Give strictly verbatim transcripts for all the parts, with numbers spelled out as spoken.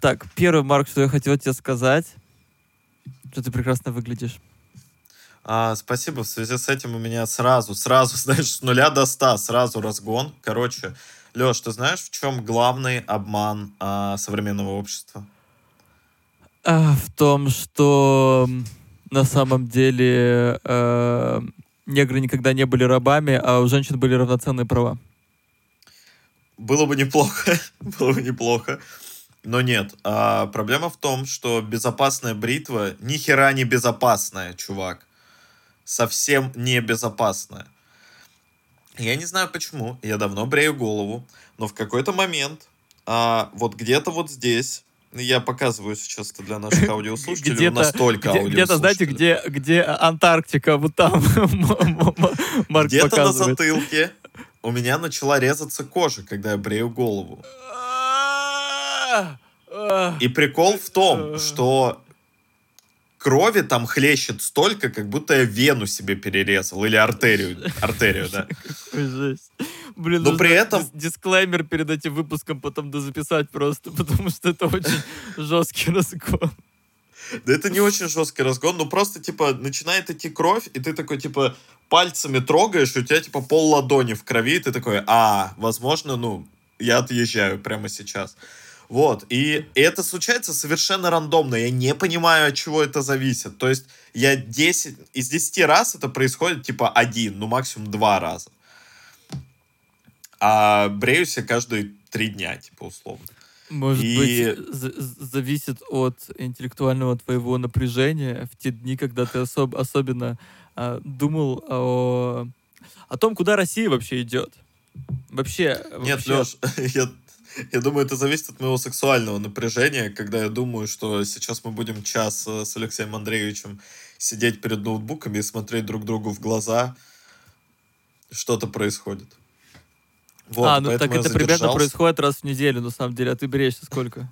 Так, первый, Марк, что я хотел тебе сказать, что ты прекрасно выглядишь. А, спасибо. В связи с этим у меня сразу, сразу, знаешь, с нуля до ста сразу разгон. Короче, Леш, ты знаешь, в чем главный обман а, современного общества? А, в том, что м, на самом деле э, негры никогда не были рабами, а у женщин были равноценные права. Было бы неплохо, было бы неплохо. Но нет. А, проблема в том, что безопасная бритва ни хера не безопасная, чувак. Совсем не безопасная. Я не знаю почему, я давно брею голову, но в какой-то момент, а, вот где-то вот здесь, я показываю сейчас это для наших аудиослушателей, у Где-то, нас только где, где-то, знаете, аудиослушатели. где, где Антарктика, вот там Марк Где-то на показывает. затылке у меня начала резаться кожа, когда я брею голову. И прикол в том, что крови там хлещет столько, как будто я вену себе перерезал. Или артерию. Артерию, да. Какой жесть. Блин, Но нужно при этом... дис- дисклеймер перед этим выпуском потом дозаписать просто, потому что это очень жесткий разгон. Да это не очень жесткий разгон, но просто, типа, начинает идти кровь, и ты такой, типа, пальцами трогаешь, и у тебя, типа, пол ладони в крови, и ты такой, а, возможно, ну, я отъезжаю прямо сейчас. Вот, и это случается совершенно рандомно, я не понимаю, от чего это зависит. То есть я десять, из десяти раз это происходит, типа, один, ну, максимум два раза. А бреюсь я каждые три дня, типа, условно. Может И- быть, за- за- зависит от интеллектуального твоего напряжения в те дни, когда ты особ- особенно а, думал о, о том, куда Россия вообще идет. Вообще, Нет, вообще, Леш, я, я думаю, это зависит от моего сексуального напряжения, когда я думаю, что сейчас мы будем час э, с Алексеем Андреевичем сидеть перед ноутбуками и смотреть друг другу в глаза, что-то происходит. Вот, а, ну поэтому так я это примерно задержался. происходит раз в неделю, на самом деле. А ты бреешься сколько?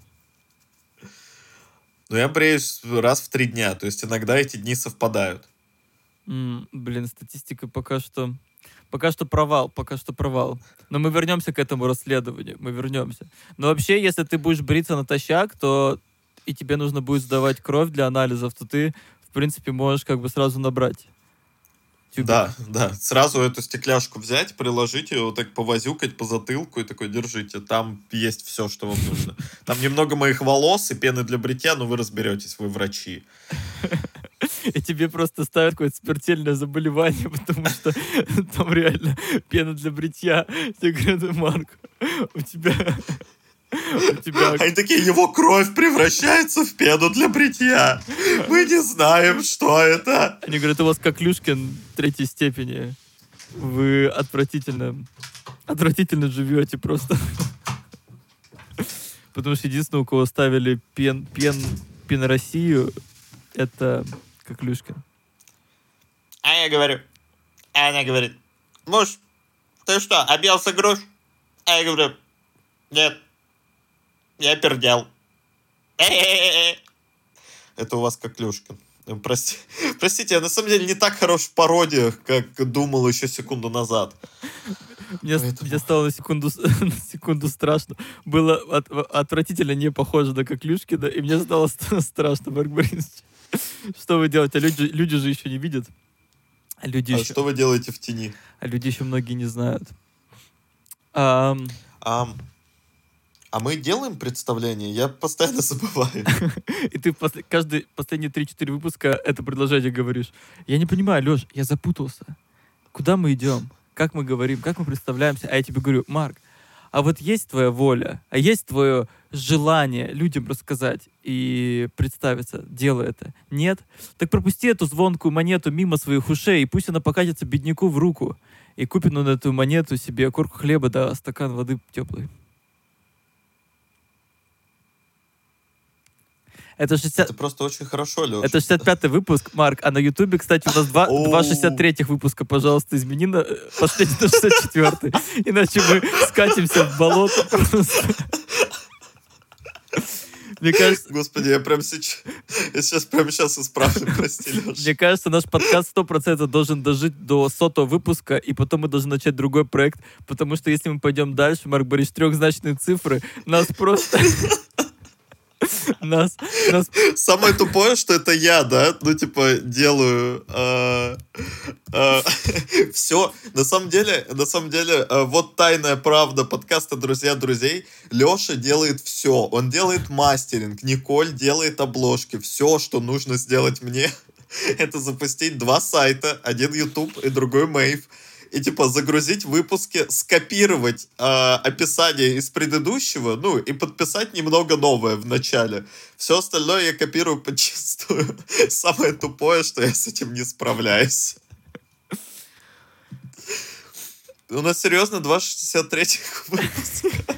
Но я бреюсь раз в три дня, то есть иногда эти дни совпадают. М, блин, статистика пока что... Пока что провал, пока что провал. Но мы вернемся к этому расследованию, мы вернемся. Но вообще, если ты будешь бриться натощак, то и тебе нужно будет сдавать кровь для анализов, то ты, в принципе, можешь как бы сразу набрать тюбик. Да, да. Сразу эту стекляшку взять, приложить ее, вот так повозюкать по затылку и такой, держите, там есть все, что вам нужно. Там немного моих волос и пены для бритья, но вы разберетесь, вы врачи. И тебе просто ставят какое-то смертельное заболевание, потому что там реально пена для бритья. Тебе говорят, Марк, у тебя... У тебя... Они такие, его кровь превращается в пену для бритья. Мы не знаем, что это. Они говорят, у вас коклюшкин третьей степени. Вы отвратительно... Отвратительно живете просто. Потому что единственное, у кого ставили пен... пен... пен Россию, это Коклюшкин. А я говорю, а она говорит, муж, ты что, объелся груш? А я говорю, нет, я пердел. Это у вас Коклюшкин. Прости, простите, я на самом деле не так хорош в пародиях, как думал еще секунду назад. Мне, Поэтому... мне стало на секунду, на секунду страшно. Было от, отвратительно не похоже на Коклюшкина, и мне стало страшно, Марк Борисович. Что вы делаете? А люди, люди же еще не видят. А, люди а еще... что вы делаете в тени? А люди еще многие не знают. А, а, а мы делаем представление? Я постоянно забываю. И ты после, каждые последние три-четыре выпуска это предложение говоришь. Я не понимаю, Леш, я запутался. Куда мы идем? Как мы говорим? Как мы представляемся? А я тебе говорю, Марк, а вот есть твоя воля, а есть твое желание людям рассказать и представиться, делай это. Нет? Так пропусти эту звонкую монету мимо своих ушей, и пусть она покатится бедняку в руку. И купит он эту монету себе корку хлеба да стакан воды теплой. Это, шестьдесят... Это просто очень хорошо, Леша. Это шестьдесят пятый выпуск, Марк. А на Ютубе, кстати, у нас два, два шестьдесят третьих выпуска. Пожалуйста, измени на последний на шестьдесят четвёртый. Иначе мы скатимся в болото просто. Мне кажется... Господи, я прям сейчас... Я сейчас прямо сейчас исправлю, прости, Леша. Мне кажется, наш подкаст сто процентов должен дожить до сотого выпуска, и потом мы должны начать другой проект, потому что если мы пойдем дальше, Марк Борисович, трехзначные цифры, нас просто... Нас, нас... Самое тупое, что это я, да? Ну, типа, делаю... Э, э, все. На самом деле, на самом деле, э, вот тайная правда подкаста «Друзья друзей». Леша делает все. Он делает мастеринг. Николь делает обложки. Все, что нужно сделать мне, это запустить два сайта. Один YouTube и другой Мэйв. И, типа, загрузить выпуски, скопировать э, описание из предыдущего, ну, и подписать немного новое в начале. Все остальное я копирую подчистую. Самое тупое, что я с этим не справляюсь. У нас, серьезно, два шестьдесят третьих выпуска.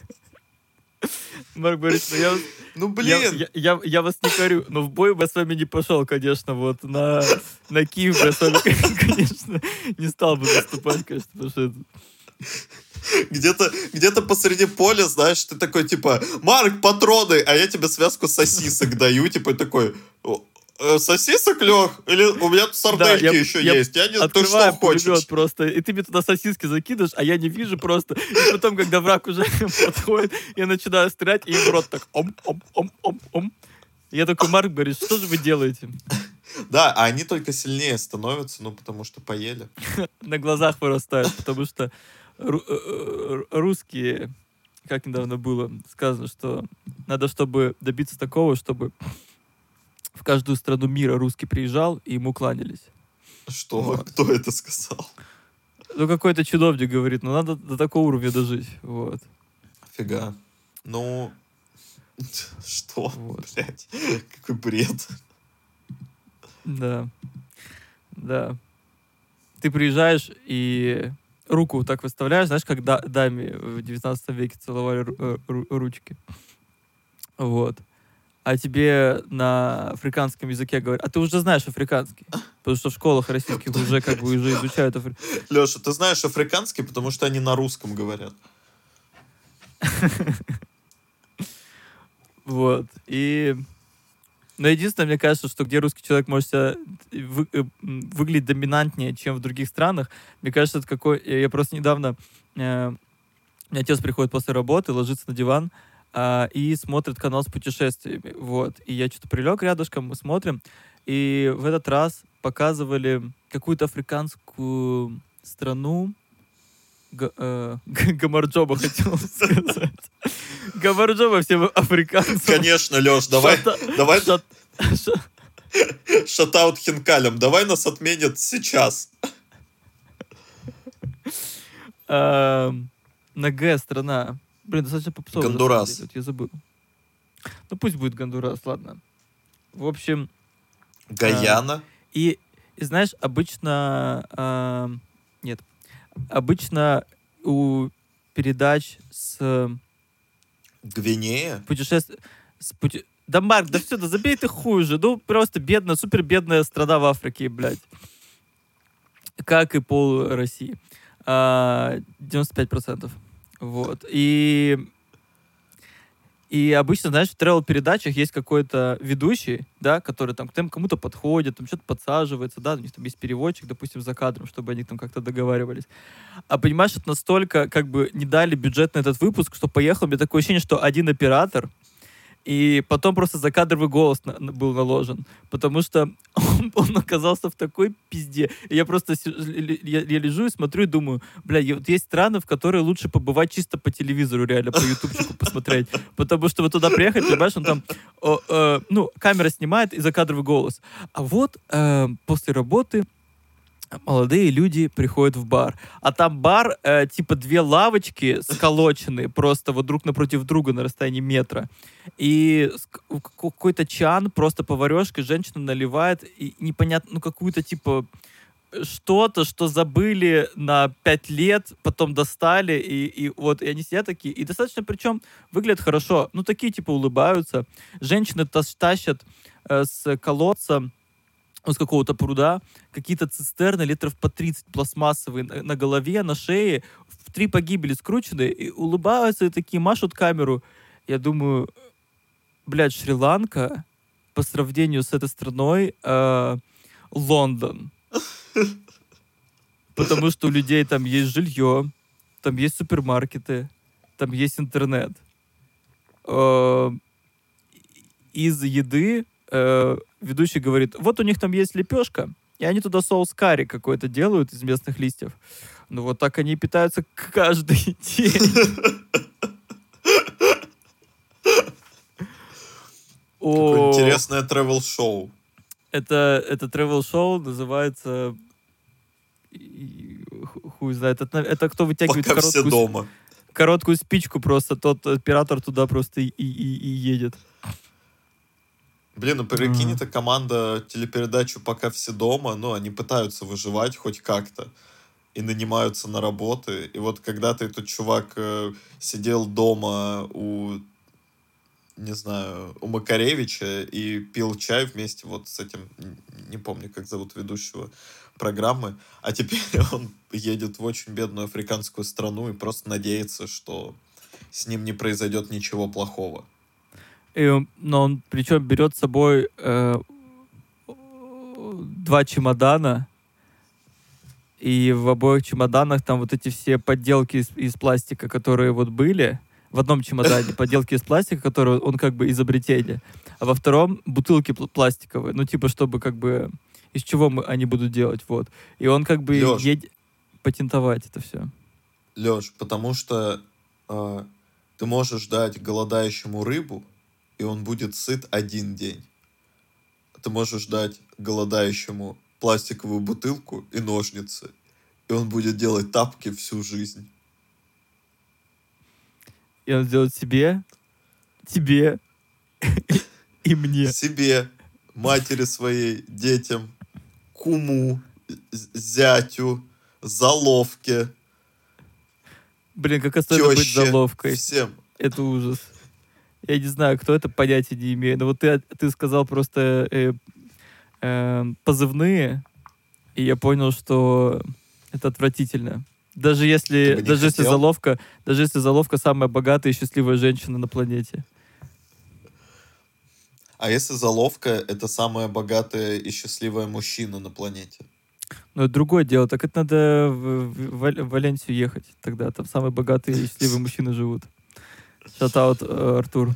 Марк Борисович, ну я... Ну, блин. Я, я, я, я вас не корю, но в бой бы я с вами не пошел, конечно, вот, на, на Киев бы я с вами, конечно, не стал бы наступать, конечно, потому что это... Где-то, где-то посреди поля, знаешь, ты такой, типа, Марк, патроны, а я тебе связку сосисок даю, типа, такой, сосисок, Лех? Или у меня тут сардельки да, еще я, есть? Я не знаю, ты что хочешь? Просто, и ты мне туда сосиски закидываешь, а я не вижу просто. И потом, когда враг уже подходит, я начинаю стрелять, и в рот так ом-ом-ом-ом-ом. Я такой, Марк говорит, что же вы делаете? Да, а они только сильнее становятся, ну, потому что поели. На глазах вырастают, потому что русские, как недавно было сказано, что надо, чтобы добиться такого, чтобы в каждую страну мира русский приезжал, и ему кланялись. Что? Вот. Кто это сказал? Ну, какой-то чиновник говорит, ну, надо до такого уровня дожить. Вот. Фига. Ну, что? Вот. Блядь, какой бред. Да. Да. Ты приезжаешь и руку вот так выставляешь, знаешь, как да- даме в девятнадцатом веке целовали ру- ру- ручки. Вот. А тебе на африканском языке говорят, а ты уже знаешь африканский, потому что в школах российских уже как бы уже изучают африканский. Леша, ты знаешь африканский, потому что они на русском говорят. Вот. И... Но единственное, мне кажется, что где русский человек может себя вы... выглядеть доминантнее, чем в других странах, мне кажется, это какой... Я просто недавно... Э... У меня отец приходит после работы, ложится на диван, Uh, и смотрит канал с путешествиями, вот, и я что-то прилег рядышком, мы смотрим, и в этот раз показывали какую-то африканскую страну, Г- э, Гамарджоба хотел сказать, Гамарджоба всем африканцам. Конечно, Леш, давай, Шата... давай, Шат... шатаут хинкалям, давай нас отменят сейчас. uh, на Г страна. Блин, достаточно попсово. Гондурас. Вот я забыл. Ну пусть будет Гондурас, ладно. В общем... Гаяна. Э, и, и знаешь, обычно... Э, нет. Обычно у передач с... Гвинея? Путешествие... С пути... Да, Марк, да все, да забей ты хуй же. Ну, просто бедная, супер бедная страна в Африке, блядь. Как и пол России. А, девяносто пять процентов. Вот. И, и обычно, знаешь, в тревел-передачах есть какой-то ведущий, да, который там к тем кому-то подходит, там что-то подсаживается, да, у них там есть переводчик, допустим, за кадром, чтобы они там как-то договаривались. А понимаешь, это настолько как бы не дали бюджет на этот выпуск, что поехал, у меня такое ощущение, что один оператор, и потом просто закадровый голос на, на, был наложен, потому что он, он оказался в такой пизде. И я просто я, я лежу и смотрю и думаю, бля, вот есть страны, в которые лучше побывать чисто по телевизору, реально, по ютубчику посмотреть. Потому что вот туда приехать, понимаешь, он там, о, э, ну, камера снимает и закадровый голос. А вот э, после работы молодые люди приходят в бар. А там бар, э, типа две лавочки сколоченные, просто вот друг напротив друга на расстоянии метра. И какой-то чан, просто поварешка, женщина наливает, и непонятно, ну какую-то типа что-то, что забыли на пять лет, потом достали, и, и вот, и они сидят такие, и достаточно, причем, выглядят хорошо. Ну, такие, типа, улыбаются. Женщины тащат э, с колодца, с какого-то пруда, какие-то цистерны литров по тридцать пластмассовые на, на голове, на шее, в три погибели скрученные, и улыбаются, и такие машут камеру. Я думаю, блядь, Шри-Ланка по сравнению с этой страной э, Лондон. Потому что у людей там есть жилье, там есть супермаркеты, там есть интернет. Э, из еды э, ведущий говорит, вот у них там есть лепешка, и они туда соус карри какой-то делают из местных листьев. Ну вот так они питаются каждый день. Какое интересное тревел-шоу. Это, это тревел-шоу называется... Хуй знает. Это, это кто вытягивает Пока все короткую, дома. короткую спичку просто. Тот оператор туда просто и, и, и едет. Блин, ну прикинь, А. это команда телепередачу «Пока все дома». Ну, они пытаются выживать хоть как-то. И нанимаются на работы. И вот когда-то этот чувак э, сидел дома у... не знаю, у Макаревича и пил чай вместе вот с этим, не помню, как зовут ведущего программы, а теперь он едет в очень бедную африканскую страну и просто надеется, что с ним не произойдет ничего плохого. И, но он причем берет с собой э, два чемодана, и в обоих чемоданах там вот эти все подделки из, из пластика, которые вот были. В одном чемодане поделки из пластика, которые он как бы изобретение, а во втором бутылки пл- пластиковые, ну типа чтобы как бы из чего мы, они будут делать, вот. И он как бы Лёш. едет патентовать это все. Лёш, потому что э, ты можешь дать голодающему рыбу, и он будет сыт один день. Ты можешь дать голодающему пластиковую бутылку и ножницы, и он будет делать тапки всю жизнь. И он сделает себе, тебе и мне. Себе, матери своей, детям, куму, з- зятю, заловке, Блин, как остается быть теще, заловкой. всем. Это ужас. Я не знаю, кто это, понятия не имею. Но вот ты, ты сказал просто э, э, позывные, и я понял, что это отвратительно. Даже если, Ты бы не даже если хотел? заловка, даже если заловка самая богатая и счастливая женщина на планете. А если заловка — это самая богатая и счастливая мужчина на планете? Но это другое дело. Так это надо в, в- в Вал- в Валенсию ехать. Тогда там самые богатые и счастливые мужчины живут. Шатаут, Артур.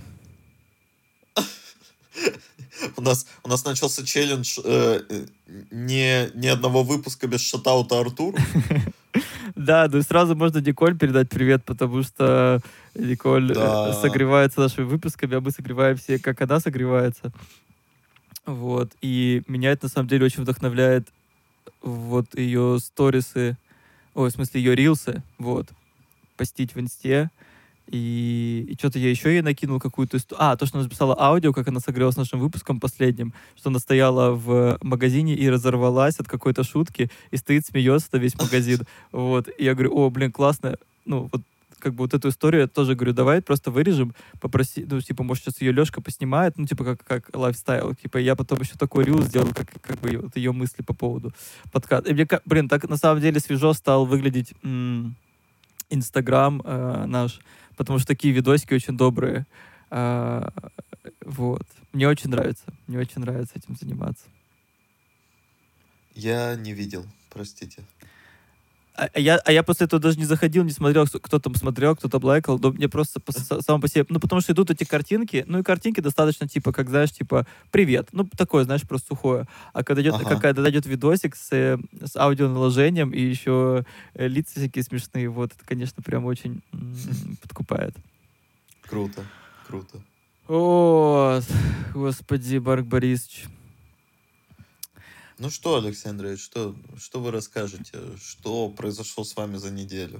У нас, у нас начался челлендж э, э, не, ни одного выпуска без шатаута Артуру. Да, ну и сразу можно Николь передать привет, потому что Николь э, Да. согревается нашими выпусками, а мы согреваемся, как она согревается. Вот. И меня это на самом деле очень вдохновляет вот ее сторисы, ой, в смысле ее рилсы, вот, постить в инсте. И, и что-то я еще ей накинул какую-то историю. А, то, что она записала аудио, как она согрелась нашим выпуском последним, что она стояла в магазине и разорвалась от какой-то шутки, и стоит, смеется на весь магазин. Вот. И я говорю, о, блин, классно. Ну, вот как бы вот эту историю я тоже говорю, давай просто вырежем, попроси, ну, типа, может, сейчас ее Лешка поснимает, ну, типа, как, как лайфстайл, типа, я потом еще такой рил сделал, как, как бы вот ее мысли по поводу подкаста. И мне, ка- блин, так на самом деле свежо стал выглядеть м, Инстаграм э, наш, потому что такие видосики очень добрые. А, вот. Мне очень нравится. Мне очень нравится этим заниматься. Я не видел, простите. А а я, а я после этого даже не заходил, не смотрел, кто, кто там смотрел, кто там лайкал. Но мне просто по, с- само по себе... Ну, потому что идут эти картинки, ну, и картинки достаточно, типа, как, знаешь, типа, привет. Ну, такое, знаешь, просто сухое. А когда идет, Ага. когда идет видосик с, э, с аудионаложением и еще э, лица всякие смешные, вот, это, конечно, прям очень м, подкупает. Круто, круто. Вот, господи, Марк Борисович. Ну что, Алексей Андреевич, что, что вы расскажете? Что произошло с вами за неделю?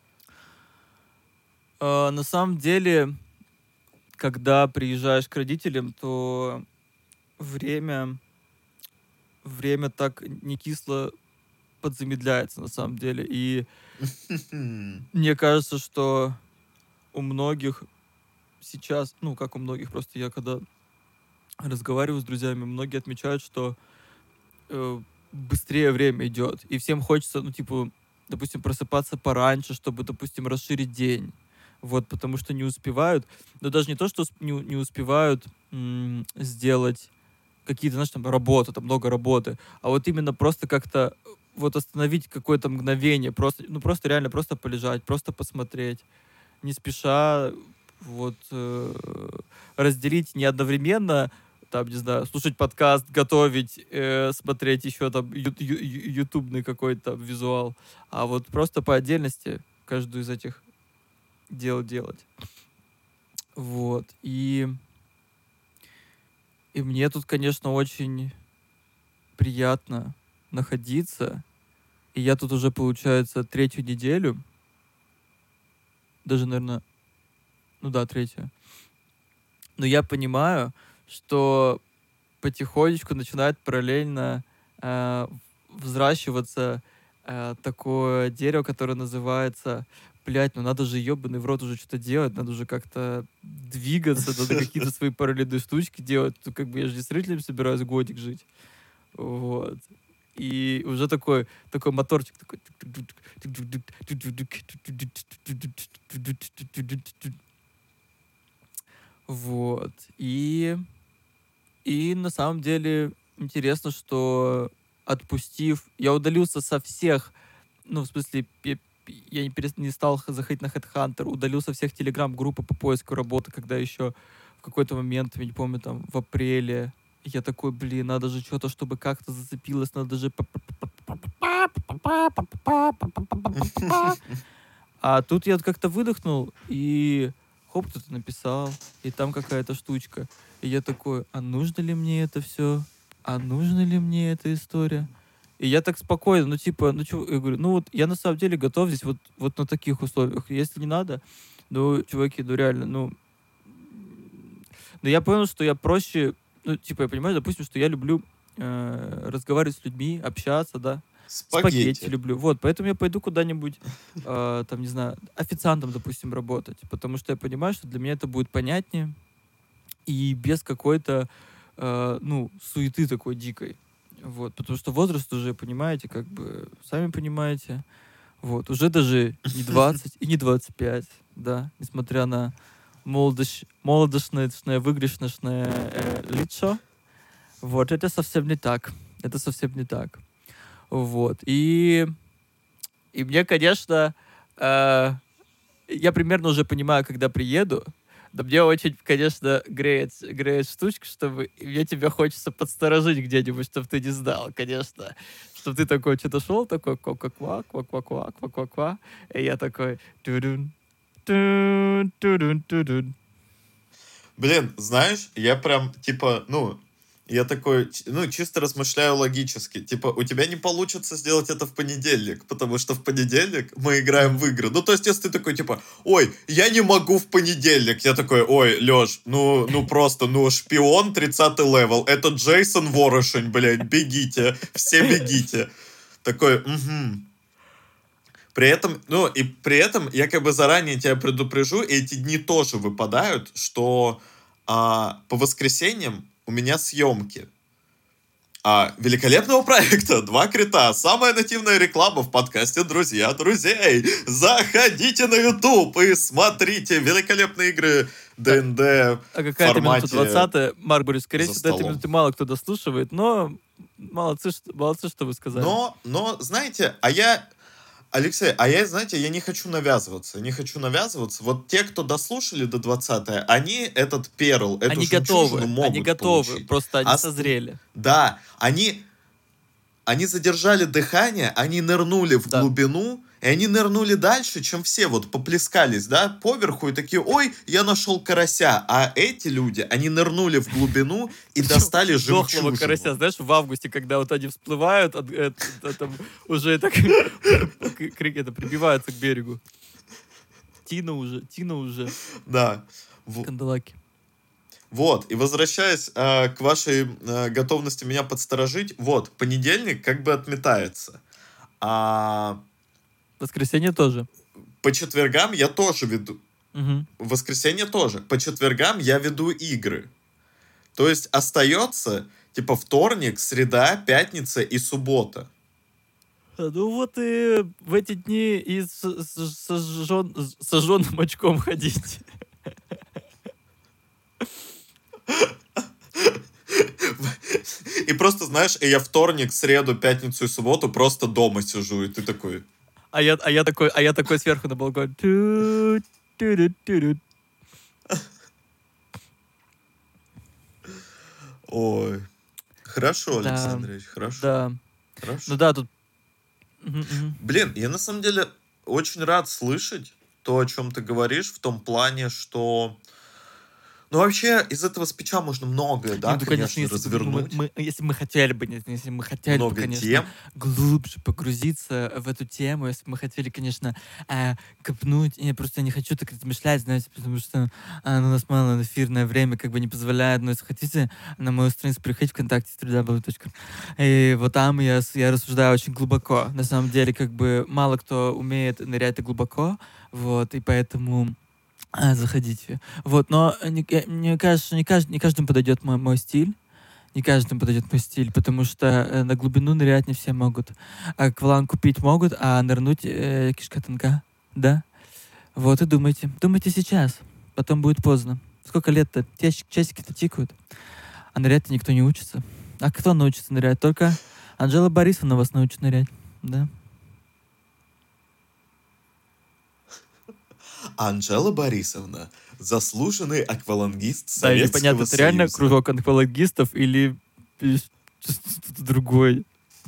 А, на самом деле, когда приезжаешь к родителям, то время, время так не кисло подзамедляется, на самом деле. И мне кажется, что у многих сейчас, ну, как у многих, просто я когда разговариваю с друзьями, многие отмечают, что э, быстрее время идет, и всем хочется, ну, типа, допустим, просыпаться пораньше, чтобы, допустим, расширить день. Вот, потому что не успевают. Но даже не то, что усп- не, у- не успевают м, сделать какие-то, знаешь, там, работы, там много работы, а вот именно просто как-то э, вот остановить какое-то мгновение, просто, ну, просто реально просто полежать, просто посмотреть, не спеша вот э, разделить не одновременно, там, не знаю, слушать подкаст, готовить, э, смотреть еще там ю- ю- ю- ютубный какой-то визуал, а вот просто по отдельности каждую из этих дел делать. Вот. И, и мне тут, конечно, очень приятно находиться. И я тут уже, получается, третью неделю, даже, наверное, ну да, третью. Но я понимаю, что потихонечку начинает параллельно э, взращиваться э, такое дерево, которое называется... Блять, ну надо же ебаный в рот уже что-то делать, надо уже как-то двигаться, надо какие-то свои параллельные штучки делать. Ну, как бы я же не с родителями собираюсь годик жить. Вот. И уже такой, такой моторчик такой... Вот. И, и на самом деле интересно, что отпустив... Я удалился со всех... Ну, в смысле, я, я не, перес, не стал заходить на HeadHunter, удалился со всех телеграм-групп по поиску работы, когда еще в какой-то момент, я не помню, там, в апреле, я такой, блин, надо же что-то, чтобы как-то зацепилось, надо же... А тут я как-то выдохнул, и хоп, кто-то написал, и там какая-то штучка. И я такой, а нужно ли мне это все? А нужна ли мне эта история? И я так спокойно, ну типа, ну чё, я говорю, ну вот я на самом деле готов здесь вот, вот на таких условиях. Если не надо, ну, чуваки, ну реально, ну... Но я понял, что я проще, ну типа, я понимаю, допустим, что я люблю э, разговаривать с людьми, общаться, да. Спагетти. Спагетти люблю. Вот, поэтому я пойду куда-нибудь, э, там, не знаю, официантом, допустим, работать. Потому что я понимаю, что для меня это будет понятнее и без какой-то, э, ну, суеты такой дикой. Вот, потому что возраст уже, понимаете, как бы, сами понимаете, вот, уже даже не двадцать и не двадцать пять, да, несмотря на молодость, молодостное, выигрышное э, лицо, вот, это совсем не так, это совсем не так. Вот. И, и мне, конечно, э, я примерно уже понимаю, когда приеду. Да мне очень, конечно, греет, греет штучка, чтобы мне тебя хочется подсторожить где-нибудь, чтобы ты не знал, конечно. Чтобы ты такой что-то шел, такой ква-ква-ква, ква-ква-ква, ква-ква-ква. И я такой... Тудун, тудун, тудун, тудун. Блин, знаешь, я прям, типа, ну, я такой, ну, чисто размышляю логически. Типа, у тебя не получится сделать это в понедельник, потому что в понедельник мы играем в игры. Ну, то есть, если ты такой, типа, ой, я не могу в понедельник. Я такой, ой, Леш, ну, ну просто, ну, шпион тридцатый левел. Это Джейсон Ворошень, блядь, бегите. Все бегите. Такой, угу. При этом, ну, и при этом я как бы заранее тебя предупрежу, эти дни тоже выпадают, что а, по воскресеньям у меня съемки. А, великолепного проекта «Два крита». Самая нативная реклама в подкасте «Друзья друзей». Заходите на YouTube и смотрите великолепные игры ДНД А в какая-то минута формате двадцатая. Марк говорит, скорее за всего, до этой столом. минуты мало кто дослушивает, но молодцы, что, молодцы, что вы сказали. Но, но, знаете, а я... Алексей, а я, знаете, я не хочу навязываться, не хочу навязываться. Вот те, кто дослушали до двадцатой, они этот перл, эту Они жемчужину готовы, могут они готовы, получить. просто они А с- созрели. Да, они, они задержали дыхание, они нырнули в Да. глубину, и они нырнули дальше, чем все, вот поплескались, да, поверху, и такие, ой, я нашел карася. А эти люди, они нырнули в глубину и достали Дохлого жемчужину. карася, знаешь, в августе, когда вот они всплывают, от- э, т- там уже так крик это прибиваются к берегу. Тина уже, Тина уже, Да. В- кандалаки. Вот, и возвращаясь э, к вашей э, готовности меня подсторожить, вот, понедельник как бы отметается. А Воскресенье тоже. по четвергам я тоже веду... Мгм. В воскресенье тоже. По четвергам я веду игры. То есть остается, типа, вторник, среда, пятница и суббота. А, Ну вот и в эти дни и с с- сожжен- с сожженным очком ходить. И просто, знаешь, я вторник, среду, пятницу и субботу просто дома сижу, и ты такой... А я, а я такой, а я такой сверху на балконе. Ту, ту-ду, ту-ду. Ой. Хорошо, Да, Александрович, хорошо. да. Ну Хорошо. да, тут... Мгм, мгм. Блин, я на самом деле очень рад слышать то, о чем ты говоришь, в том плане, что... Ну, вообще, из этого спича можно многое, Не, да, ну, конечно, конечно, если бы ну, мы, развернуть. мы- если бы мы хотели бы, нет, если бы мы хотели бы, Много конечно, тем. глубже погрузиться в эту тему, если бы мы хотели, конечно, э, копнуть, я просто не хочу так размышлять, знаете, потому что а, ну, у нас мало эфирное время как бы не позволяет, но если хотите, на мою страницу приходите ВКонтакте, www. И вот там я, с- я рассуждаю очень глубоко. На самом деле, как бы мало кто умеет нырять так глубоко, вот, и поэтому... А, заходите. Вот, но э, не- э, мне кажется, не, кажд, не каждому подойдет мой, мой стиль. Не каждому подойдет мой стиль, потому что э, на глубину нырять не все могут. А акваланг купить могут, а нырнуть э, кишка тонка. Да? Вот и думайте. Думайте сейчас. Потом будет поздно. Сколько лет-то? Часик- Часики-то тикают. А нырять-то никто не учится. А кто научится нырять? Только Анжела Борисовна вас научит нырять. Да? Анжела Борисовна, заслуженный аквалангист Да, и непонятно, Советского это реально Союза. кружок аквалангистов или или что-то другое?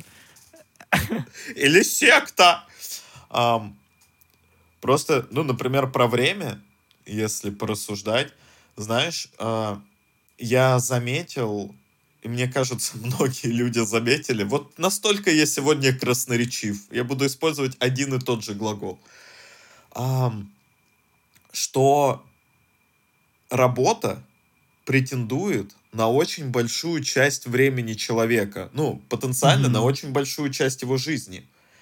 Или секта. Ам, просто, ну, например, про время, если порассуждать, знаешь, а, я заметил, и мне кажется, многие люди заметили, вот настолько я сегодня красноречив, я буду использовать один и тот же глагол, ам, что работа претендует на очень большую часть времени человека, ну, потенциально на Мгм. очень большую часть его жизни.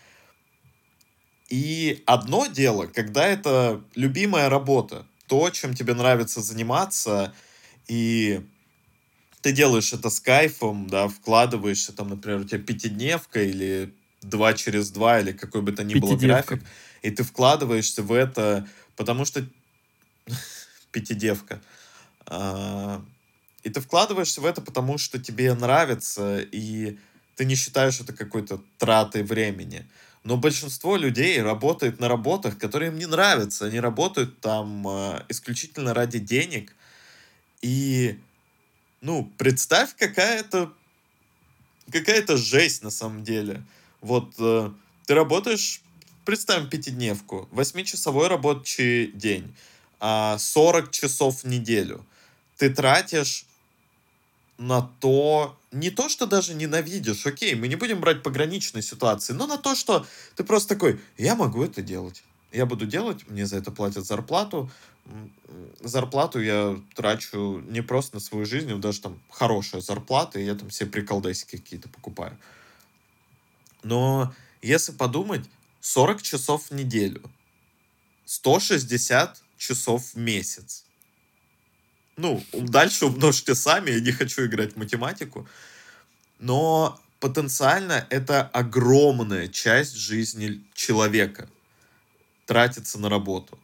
И одно дело, когда это любимая работа, то, чем тебе нравится заниматься, и ты делаешь это с кайфом, да, вкладываешься, там, например, у тебя пятидневка или два через два, или какой бы то ни было Пятидевка. график, и ты вкладываешься в это, потому что пятидевка. А, И ты вкладываешься в это, потому что тебе нравится, и ты не считаешь это какой-то тратой времени. Но большинство людей работает на работах, которые им не нравятся. Они работают там а, исключительно ради денег. И, ну, представь, какая-то какая-то жесть на самом деле. Вот э, ты работаешь, представим пятидневку, восьмичасовой рабочий день, а, сорок часов в неделю. Ты тратишь на то, не то, что даже ненавидишь, окей, мы не будем брать пограничные ситуации, но на то, что ты просто такой, я могу это делать. Я буду делать, мне за это платят зарплату. М, м, Зарплату я трачу не просто на свою жизнь, но даже там хорошая зарплата, и я там себе приколдесики какие-то покупаю. Но если подумать, сорок часов в неделю, сто шестьдесят часов в месяц. Ну, ум- дальше умножьте сами, я не хочу играть в математику. Но потенциально это огромная часть жизни человека тратится на работу.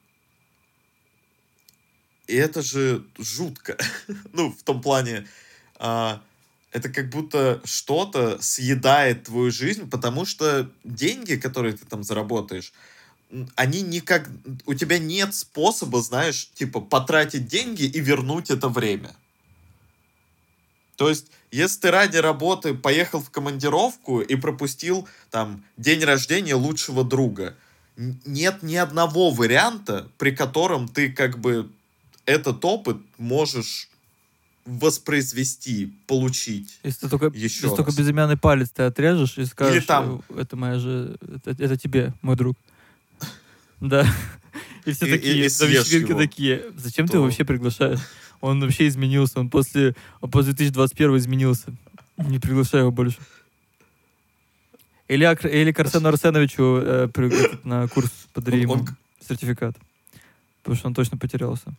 И это же жутко. Ну, в том плане, а, это как будто что-то съедает твою жизнь, потому что деньги, которые ты там заработаешь, м, они никак... У тебя нет способа, знаешь, типа, потратить деньги и вернуть это время. То есть, если ты ради работы поехал в командировку и пропустил там день рождения лучшего друга, н- нет ни одного варианта, при котором ты как бы этот опыт можешь воспроизвести, получить Если ты только, если еще только раз. безымянный палец ты отрежешь и Или скажешь, там, э, это моя же, это, это тебе, мой друг. Да. И все и, и- и такие, на съешь вечеринке его, такие, зачем ты его то вообще приглашаешь? Он вообще изменился, он после, он после две тысячи двадцать первого изменился. Не приглашай его больше. Или, Ак- или к Арсену Арсеновичу э, при- этот, на курс подари он, он, ему сертификат, потому что он точно потерялся.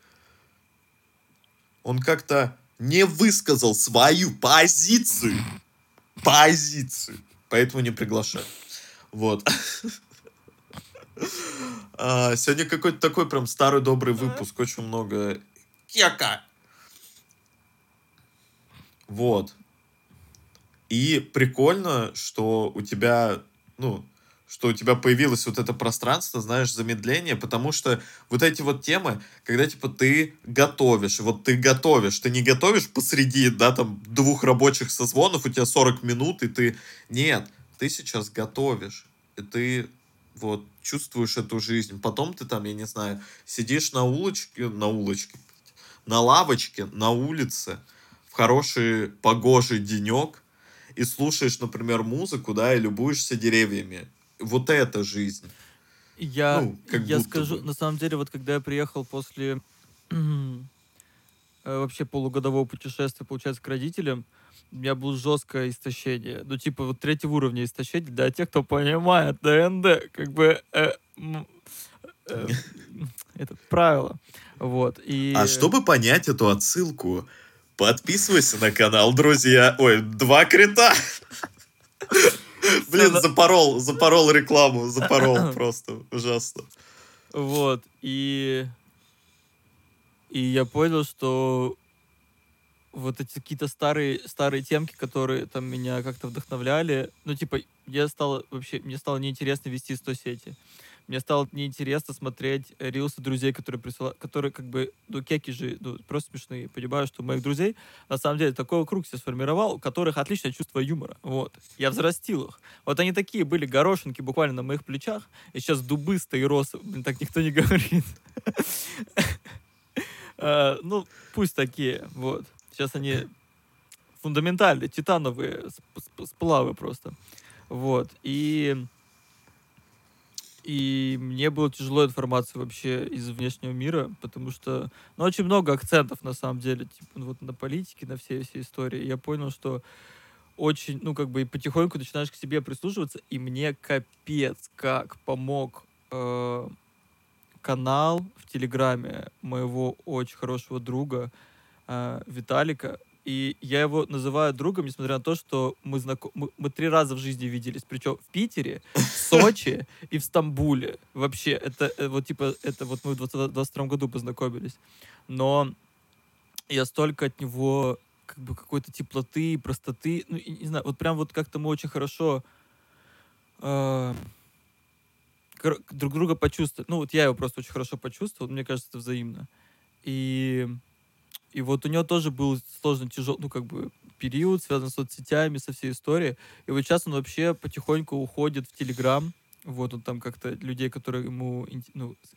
он как-то не высказал свою позицию. Позицию. Поэтому не приглашаю. Вот. А, сегодня какой-то такой прям старый добрый выпуск. Очень много кека. Вот. И прикольно, что у тебя, ну, что у тебя появилось вот это пространство, знаешь, замедление, потому что вот эти вот темы, когда, типа, ты готовишь, вот ты готовишь, ты не готовишь посреди, да, там, двух рабочих созвонов, у тебя сорок минут, и ты... Нет, ты сейчас готовишь, и ты вот чувствуешь эту жизнь. Потом ты там, я не знаю, сидишь на улочке, на улочке, на лавочке, на улице, в хороший погожий денек, и слушаешь, например, музыку, да, и любуешься деревьями. Вот это жизнь. Я, Ну, как я будто скажу, бы. на самом деле, вот когда я приехал после э, вообще полугодового путешествия, получается, к родителям, у меня было жесткое истощение. Ну, типа, вот третьего уровня истощения для тех, кто понимает ДНД, как бы, э, м, э, это правило. Вот, А и... чтобы понять эту отсылку, подписывайся на канал, друзья. Ой, два крита. Всё Блин, на- запорол, запорол рекламу, запорол просто. Ужасно. Вот, и... И я понял, что вот эти какие-то старые, старые темки, которые там меня как-то вдохновляли, ну, типа, я стал вообще, мне стало неинтересно вести сто сети. Мне стало неинтересно смотреть э, рилсы друзей, которые присылают, которые как бы, ну, кеки же, ну, просто смешные. Понимаю, что у моих друзей, на самом деле, такой круг себе сформировал, у которых отличное чувство юмора. Вот. Я взрастил их. Вот они такие были горошинки буквально на моих плечах, и сейчас дубы стаиросы. Блин, так никто не говорит. Э, Ну, пусть такие, вот. Сейчас они фундаментальные, титановые сп- сп- сплавы просто. Вот. И, и мне было тяжело информацию вообще из внешнего мира, потому что, ну, очень много акцентов, на самом деле, типа, ну, вот на политике, на всей всей истории. Я понял, что очень, ну, как бы, и потихоньку начинаешь к себе прислушиваться, и мне капец как помог э, канал в Телеграме моего очень хорошего друга э, Виталика. И я его называю другом, несмотря на то, что мы, знако... мы, мы три раза в жизни виделись. Причем в Питере, в Сочи и в Стамбуле. Вообще, это э, вот типа, это вот мы в двадцать втором году познакомились. Но я столько от него как бы какой-то теплоты, простоты, ну, и не знаю, вот прям вот как-то мы очень хорошо э, кор- друг друга почувствовали. Ну, вот я его просто очень хорошо почувствовал, мне кажется, это взаимно. И И вот у него тоже был сложный, тяжелый, ну, как бы, период, связанный с соцсетями, со всей историей. И вот сейчас он вообще потихоньку уходит в Телеграм. Вот он там как-то людей, которые ему, ин- ну, с-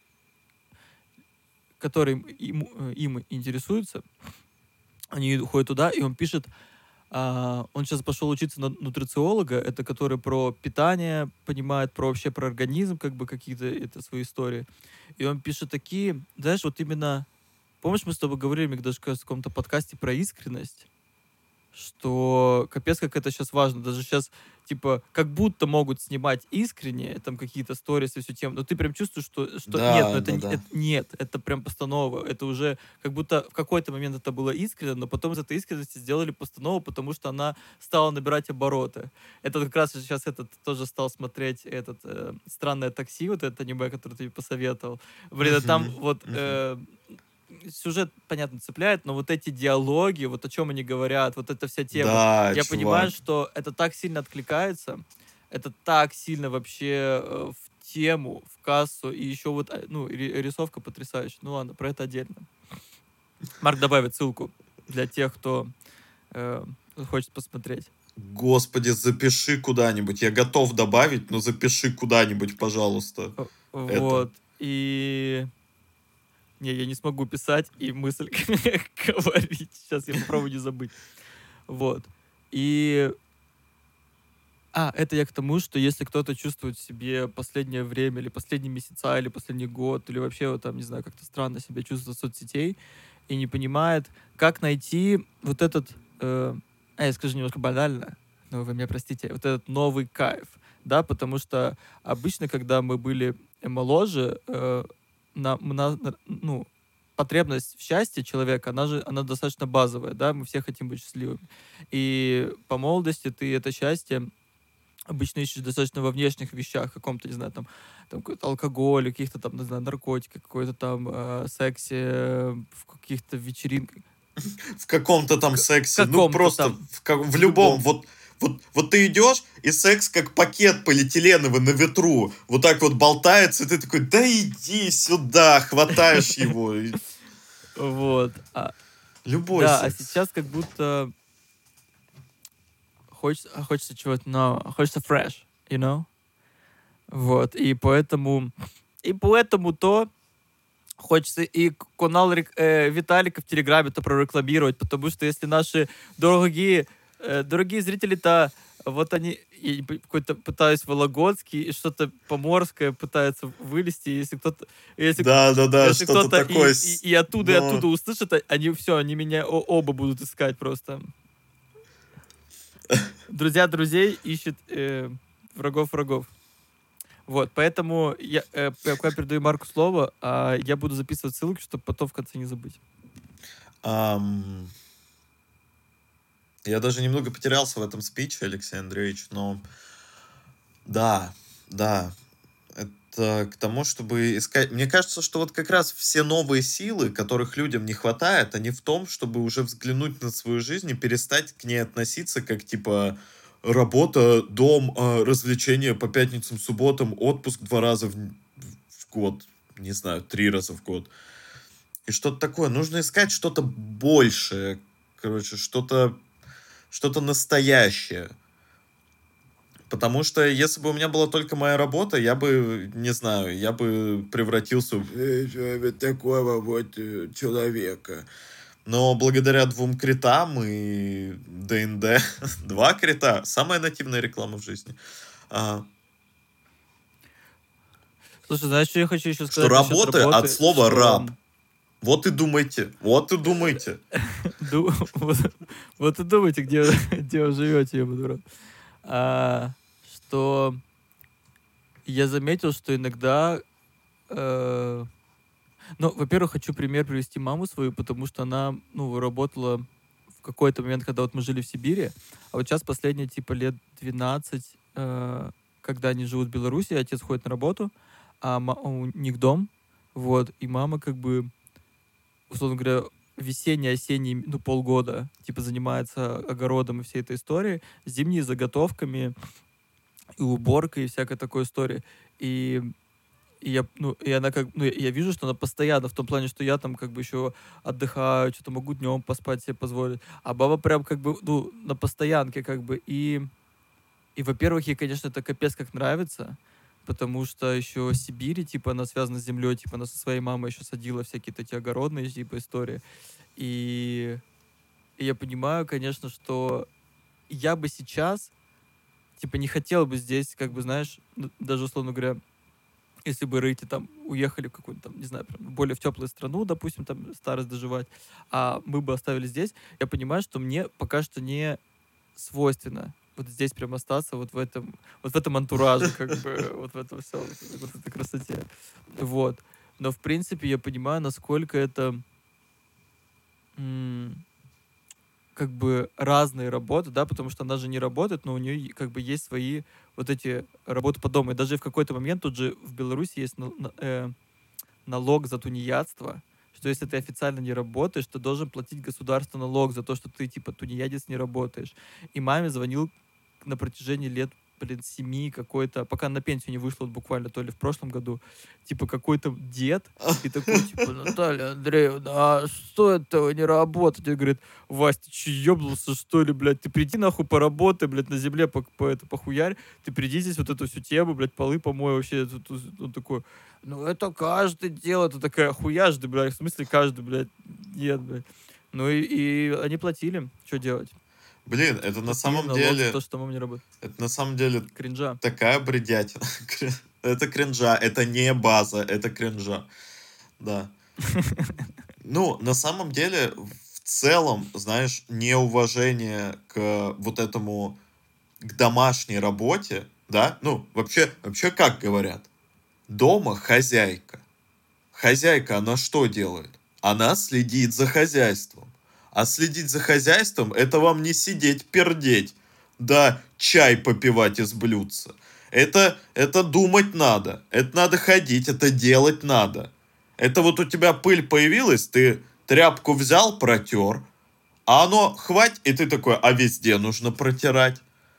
которые ему, э, им интересуются, они уходят туда, и он пишет, а, он сейчас пошел учиться на нутрициолога, это который про питание понимает, про вообще про организм, как бы какие-то это свои истории. И он пишет такие, знаешь, вот именно, помнишь, мы с тобой говорили, мне даже кажется, в каком-то подкасте про искренность, что капец, как это сейчас важно. Даже сейчас, типа, как будто могут снимать искренне, там, какие-то сторис и всю тему, но ты прям чувствуешь, что, что нет, ну Да, это, да, не- да. это нет, это прям постанова. Это уже как будто в какой-то момент это было искренне, но потом из этой искренности сделали постанову, потому что она стала набирать обороты. Это вот как раз сейчас этот тоже стал смотреть этот э, «Странное такси», вот это аниме, которое ты мне посоветовал. Блин, а там Мгм, вот мгм. э, сюжет, понятно, цепляет, но вот эти диалоги, вот о чем они говорят, вот эта вся тема, Да, я понимаю, чувак. что это так сильно откликается, это так сильно вообще э, в тему, в кассу, и еще вот, э, ну, ри- рисовка потрясающая. Ну ладно, про это отдельно. Марк добавит ссылку для тех, кто э, хочет посмотреть. Господи, запиши куда-нибудь. Я готов добавить, но запиши куда-нибудь, пожалуйста. Э, Это. Вот, и... Не, я не смогу писать и мысль говорить. Сейчас я попробую не забыть. Вот. И А, это я к тому, что если кто-то чувствует в себе последнее время, или последние месяца, или последний год, или вообще, вот там, не знаю, как-то странно себя чувствует в соцсетей, и не понимает, как найти вот этот, э, а я скажу немножко банально, но вы меня простите, вот этот новый кайф, да, потому что обычно, когда мы были э, моложе, э, на, мы на- на- ну, потребность в счастье человека, она же, она достаточно базовая, да, мы все хотим быть счастливыми. И по молодости ты это счастье обычно ищешь достаточно во внешних вещах, каком-то, не знаю, там, там какой-то алкоголь, каких-то там, не знаю, наркотиках, какой-то там э, сексе, э, в каких-то вечеринках, В каком-то в там к- сексе. Ну, каком-то просто там, в, ка- в в любом. любом. Вот, Вот, вот ты идешь, и секс как пакет полиэтиленовый на ветру. Вот так вот болтается, и ты такой, да иди сюда, хватаешь его. Вот. А, Любой да, а секс. сейчас как будто хочется, хочется чего-то нового, хочется fresh, you know? Вот, и поэтому, и поэтому то хочется и канал э, Виталика в Телеграме-то прорекламировать, потому что если наши дорогие, э, дорогие зрители-то, вот они, я какой-то пытаюсь Вологодский, и что-то поморское пытаются вылезти, если кто-то, если, да, да, да, если что-то кто-то такое. И, и, и оттуда, но... и оттуда услышат, они все, они меня о, оба будут искать просто. Друзья друзей ищут э, врагов врагов. Вот, поэтому я, э, пока передаю Марку слово, а я буду записывать ссылки, чтобы потом в конце не забыть. Um, я даже немного потерялся в этом спиче, Алексей Андреевич, но да, да, это к тому, чтобы искать... Мне кажется, что вот как раз все новые силы, которых людям не хватает, они в том, чтобы уже взглянуть на свою жизнь и перестать к ней относиться как, типа, работа, дом, развлечения по пятницам, субботам, отпуск два раза в, в год, не знаю, три раза в год. И что-то такое. Нужно искать что-то большее, короче, что-то что-то настоящее. Потому что если бы у меня была только моя работа, я бы, не знаю, я бы превратился в такого вот человека. Но благодаря двум критам и ДНД, два крита, самая нативная реклама в жизни. А... Слушай, знаешь, что я хочу еще сказать? Что работы, работы, от слова что... раб. Вот и думайте, вот и думайте. Вот и думайте, где вы живете, я буду рад. А, что я заметил, что иногда... Э, ну, во-первых, хочу пример привести маму свою, потому что она, ну, работала в какой-то момент, когда вот мы жили в Сибири, а вот сейчас последние, типа, лет двенадцать, э, когда они живут в Беларуси, отец ходит на работу, а у них дом, вот, и мама, как бы, условно говоря, весенний, осенний, ну, полгода, типа, занимается огородом и всей этой историей, зимние заготовками и уборкой, и всякой такой истории. И, и я, ну, и она как, ну, я вижу, что она постоянно, в том плане, что я там, как бы, еще отдыхаю, что-то могу днем поспать себе позволить. А баба прям, как бы, ну, на постоянке, как бы, и, и, во-первых, ей, конечно, это капец как нравится, потому что еще в Сибири, типа, она связана с землей, типа, она со своей мамой еще садила всякие такие огородные, типа, истории. И, и я понимаю, конечно, что я бы сейчас, типа, не хотел бы здесь, как бы, знаешь, даже, условно говоря, если бы рыйти там, уехали в какую-то там, не знаю, прям, более в теплую страну, допустим, там, старость доживать, а мы бы оставили здесь, я понимаю, что мне пока что не свойственно вот здесь прям остаться, вот в этом, вот в этом антураже, как бы, вот в этом все, вот в этой красоте. Вот. Но, в принципе, я понимаю, насколько это м- как бы разные работы, да, потому что она же не работает, но у нее как бы есть свои вот эти работы по дому. И даже в какой-то момент тут же в Беларуси есть на, на, э, налог за тунеядство, что если ты официально не работаешь, ты должен платить государству налог за то, что ты, типа, тунеядец, не работаешь. И маме звонил на протяжении лет, блин, семи какой-то, пока на пенсию не вышла, вот буквально, то ли в прошлом году, типа, какой-то дед, и такой, типа, Наталья Андреевна, а что этого не работать? И говорит, Вась, ты че, ёбнулся, что ли, блядь? Ты приди, нахуй, поработай, блядь, на земле, по, по, это, похуярь, ты приди здесь вот эту всю тему, блядь, полы помой, вообще, тут, тут, он такой, ну, это каждый делает, это такая хуяжда, блядь, в смысле каждый, блядь, нет, блядь. Ну, и, и они платили, что делать? Блин, это на самом налог деле... за то, что мама не работает. Это на самом деле... Кринжа. Такая бредятина. Это кринжа, это не база, это кринжа. Да. Ну, на самом деле, в целом, знаешь, неуважение к вот этому, к домашней работе, да, ну, вообще, вообще как говорят? Дома хозяйка. Хозяйка, она что делает? Она следит за хозяйством. А следить за хозяйством, это вам не сидеть пердеть, да чай попивать из блюдца. Это, это думать надо, это надо ходить, это делать надо. Это вот у тебя пыль появилась, ты тряпку взял, протер, а оно хвать, и ты такой, а везде нужно протирать.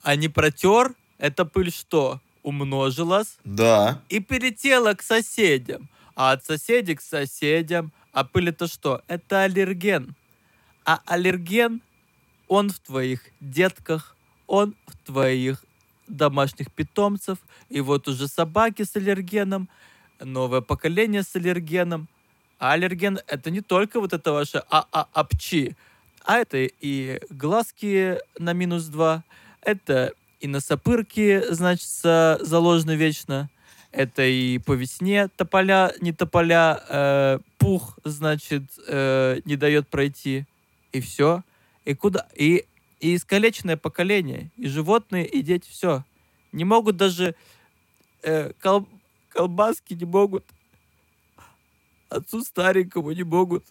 А не протер, эта пыль что? Умножилась Да. и перетела к соседям. А от соседей к соседям. А пыль это что? Это аллерген. А аллерген, он в твоих детках, он в твоих домашних питомцев. И вот уже собаки с аллергеном, новое поколение с аллергеном. А аллерген это не только вот это ваше а-а-апчи, а это и глазки на минус два, это и носопырки, значит, заложены вечно, это и по весне тополя, не тополя, э, пух, значит, э, не дает пройти. И все. И куда? И, и искалеченное поколение, и животные, и дети, все. Не могут даже э, кол, колбаски не могут. Отцу старенькому не могут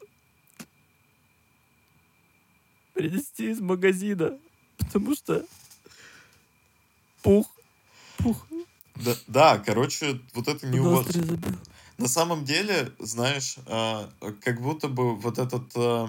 принести из магазина, потому что пух, пух. Да, да, короче, вот это не уваж... Ноздри забил. На самом деле, знаешь, а, как будто бы вот этот, а,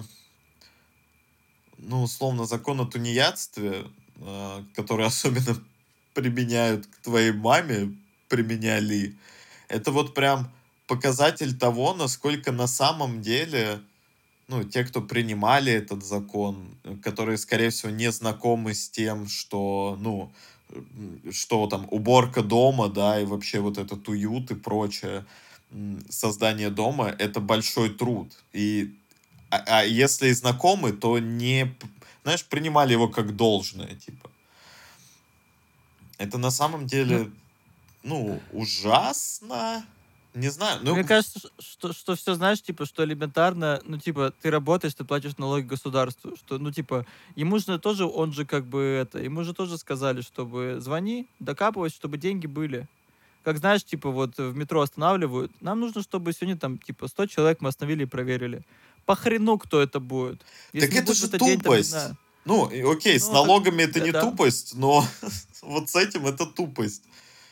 ну, условно, закон о тунеядстве, а, который особенно применяют к твоей маме, применяли, это вот прям показатель того, насколько на самом деле, ну, те, кто принимали этот закон, которые, скорее всего, не знакомы с тем, что, ну, м, что там, уборка дома, да, и вообще вот этот уют и прочее, м, создание дома, это большой труд. И, а, а если и знакомы, то не, п- знаешь, принимали его как должное, типа. Это на самом Ну, деле, ну, ужасно. Не знаю, мне ну, кажется, ш- что, что все, знаешь, типа, что элементарно, ну, типа, ты работаешь, ты платишь налоги государству, что, ну, типа, ему же тоже, он же как бы это, ему же тоже сказали, чтобы звони, докапывайся, чтобы деньги были. Как знаешь, типа, вот в метро останавливают, нам нужно, чтобы сегодня там, типа, сто человек мы остановили и проверили. По хрену, кто это будет. так Если не это будет в же этот день, там, не тупость. знаю. Ну, и окей, с Ну, так, налогами это да, не да. тупость, но вот с этим это тупость.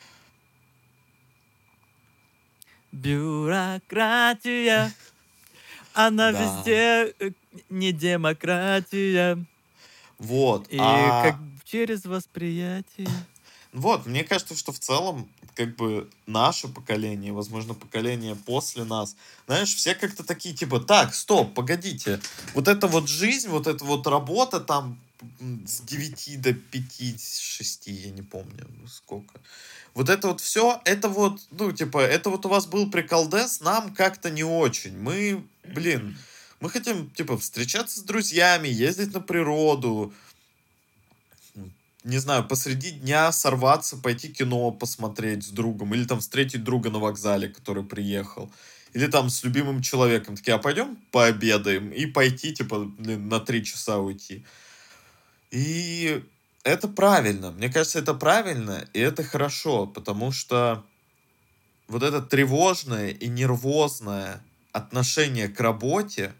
Бюрократия, она Да. везде э, не демократия. Вот. И как А через восприятие. вот, мне кажется, что в целом, как бы, наше поколение, возможно, поколение после нас, знаешь, все как-то такие, типа, так, стоп, погодите, вот эта вот жизнь, вот эта вот работа там м, с девяти до пяти, шести, я не помню, ну, сколько. Вот это вот все, это вот, ну, типа, это вот у вас был приколдес, нам как-то не очень. Мы, блин, мы хотим, типа, встречаться с друзьями, ездить на природу, не знаю, посреди дня сорваться, пойти кино посмотреть с другом, или там встретить друга на вокзале, который приехал, или там с любимым человеком, такие, а пойдем пообедаем, и пойти, типа, блин, на три часа уйти. И это правильно, мне кажется, это правильно, и это хорошо, потому что вот это тревожное и нервозное отношение к работе,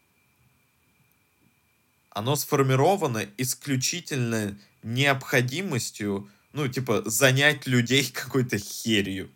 оно сформировано исключительно необходимостью, ну, типа, занять людей какой-то херью.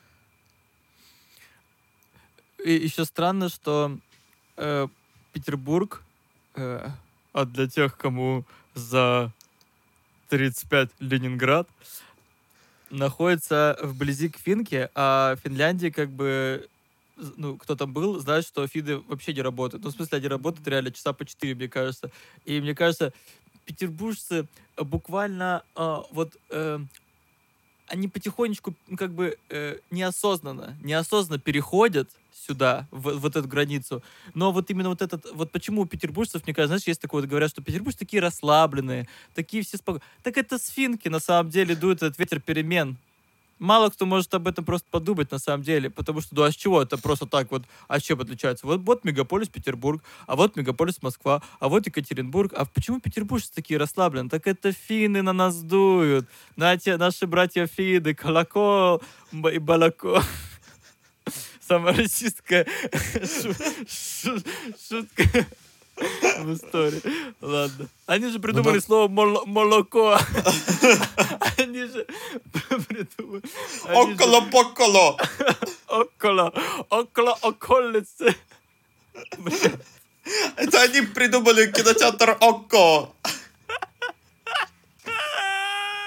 И еще странно, что э, Петербург, э, а для тех, кому за тридцать пять Ленинград, находится вблизи к Финке, а Финляндия как бы, з- ну, кто там был, знает, что Финны вообще не работают. Ну, в смысле, они работают реально часа по четыре, мне кажется. И мне кажется, петербуржцы э, буквально а, вот э, они потихонечку, ну, как бы э, неосознанно, неосознанно переходят сюда, в, в вот эту границу. Но вот именно вот этот, вот почему у петербуржцев, мне кажется, знаешь, есть такое, вот говорят, что петербуржцы такие расслабленные, такие все спокойные. Так это с Финки, на самом деле, дует этот ветер перемен. Мало кто может об этом просто подумать, на самом деле, потому что, ну, а с чего это просто так вот, а с чем отличается? Вот, вот мегаполис Петербург, а вот мегаполис Москва, а вот Екатеринбург. А почему петербуржцы такие расслабленные? Так это финны на нас дуют. Знаете, наши братья финны, Колокол м, и Балако. Самая расистская шу- шу- шутка в истории. Ладно. Они же Ну, придумали на- слово моло- молоко. Они же придумали. Они же Около-поколо! около, около околицы. Блин. Это они придумали кинотеатр Окко!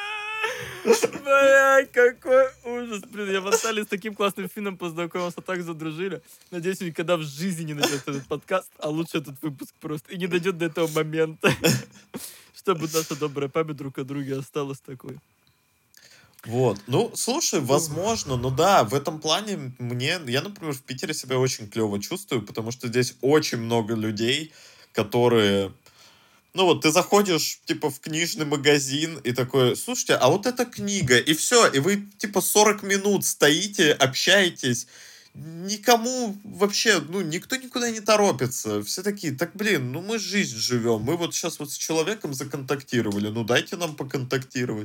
Блядь, какой ужас. Блин, я в Анталии с таким классным финном познакомился, так задружили. Надеюсь, он никогда в жизни не найдет этот подкаст, а лучше этот выпуск просто. И не дойдет до этого момента. Чтобы наша добрая память друг о друге осталась такой. Вот. Ну, слушай, возможно, ну да, в этом плане мне, я, например, в Питере себя очень клево чувствую, потому что здесь очень много людей, которые, ну вот ты заходишь, типа, в книжный магазин и такой, слушайте, а вот эта книга, и все, и вы, типа, сорок минут стоите, общаетесь, никому вообще, ну, никто никуда не торопится, все такие, так, блин, ну мы жизнь живем, мы вот сейчас вот с человеком законтактировали, ну дайте нам поконтактировать.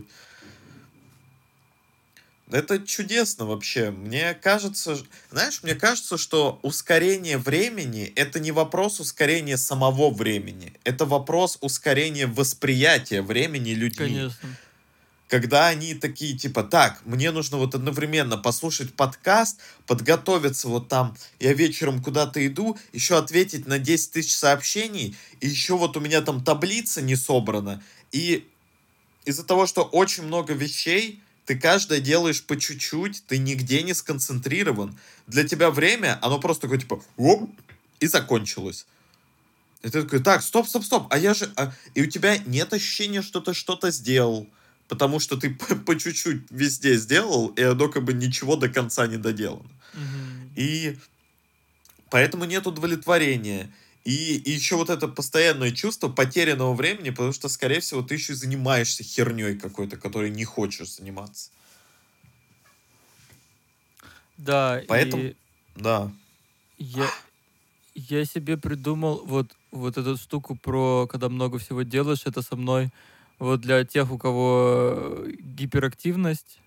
Это чудесно вообще. Мне кажется, ж- знаешь, мне кажется, что ускорение времени — это не вопрос ускорения самого времени. Это вопрос ускорения восприятия времени людьми. Конечно. Когда они такие, типа, так, мне нужно вот одновременно послушать подкаст, подготовиться вот там, я вечером куда-то иду, еще ответить на десять тысяч сообщений, и еще вот у меня там таблица не собрана. И из-за того, что очень много вещей, ты каждое делаешь по чуть-чуть, ты нигде не сконцентрирован. Для тебя время, оно просто такое, типа, оп, и закончилось. И ты такой, так, стоп, стоп, стоп, а я же... а-». И у тебя нет ощущения, что ты что-то сделал, потому что ты по, по чуть-чуть везде сделал, и оно как бы ничего до конца не доделано. Мгм. И поэтому нет удовлетворения. И, и еще вот это постоянное чувство потерянного времени, потому что, скорее всего, ты еще и занимаешься херней какой-то, которой не хочешь заниматься. Да, Поэтому, и да. я, я себе придумал вот, вот эту штуку про, когда много всего делаешь, это со мной вот для тех, у кого э, гиперактивность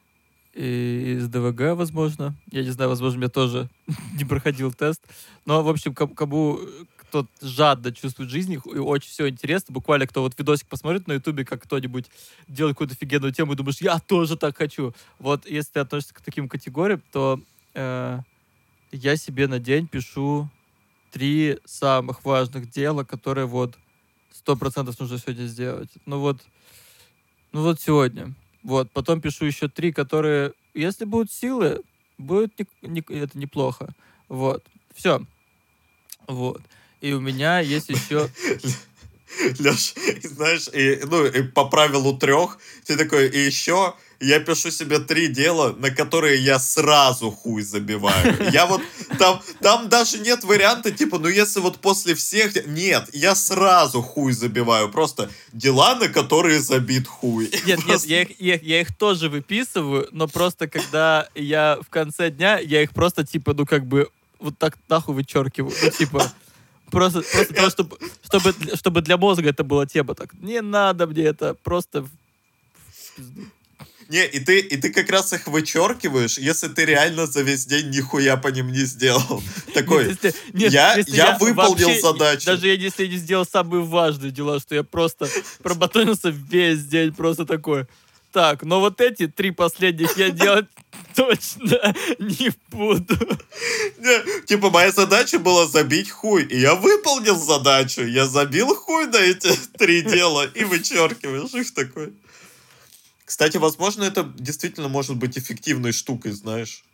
и из ДВГ, возможно. Я не знаю, возможно, я тоже не проходил тест. Но, в общем, ка- кому э, кто жадно чувствует жизнь, и очень все интересно. Буквально кто вот видосик посмотрит на Ютубе, как кто-нибудь делает какую-то офигенную тему, и думаешь, я тоже так хочу. Вот если ты относишься к таким категориям, то э, я себе на день пишу три самых важных дела, которые вот сто процентов нужно сегодня сделать. Ну вот, ну вот сегодня. Вот, потом пишу еще три, которые, если будут силы, будет не- не- это неплохо. Вот, все. Вот. И у меня есть еще... Леш, знаешь, и, ну, и по правилу трех, ты такой, и еще я пишу себе три дела, на которые я сразу хуй забиваю. Я вот, там, там даже нет варианта, типа, ну если вот после всех... Нет, я сразу хуй забиваю. Просто дела, на которые забит хуй. Нет, нет, Просто- я их, я, их- я их тоже выписываю, но просто когда я в конце дня, я их просто, типа, ну, как бы, вот так нахуй вычеркиваю. Ну, типа, просто, просто того, чтобы, чтобы, для- чтобы для мозга это была тема. Так, не надо мне это, просто в- в пизду. Не, и ты, и ты как раз их вычеркиваешь, если ты реально за весь день нихуя по ним не сделал. Нет, Такой, если, нет, я, если я я выполнил вообще, задачу. даже я- если я не сделал самые важные дела, что я просто пробатонился весь день, просто такой. Так, но вот эти три последних я делать точно не буду. Не, типа, моя задача была забить хуй, и я выполнил задачу. Я забил хуй на эти три дела и вычеркиваешь их такой. Кстати, возможно, это действительно может быть эффективной штукой, знаешь.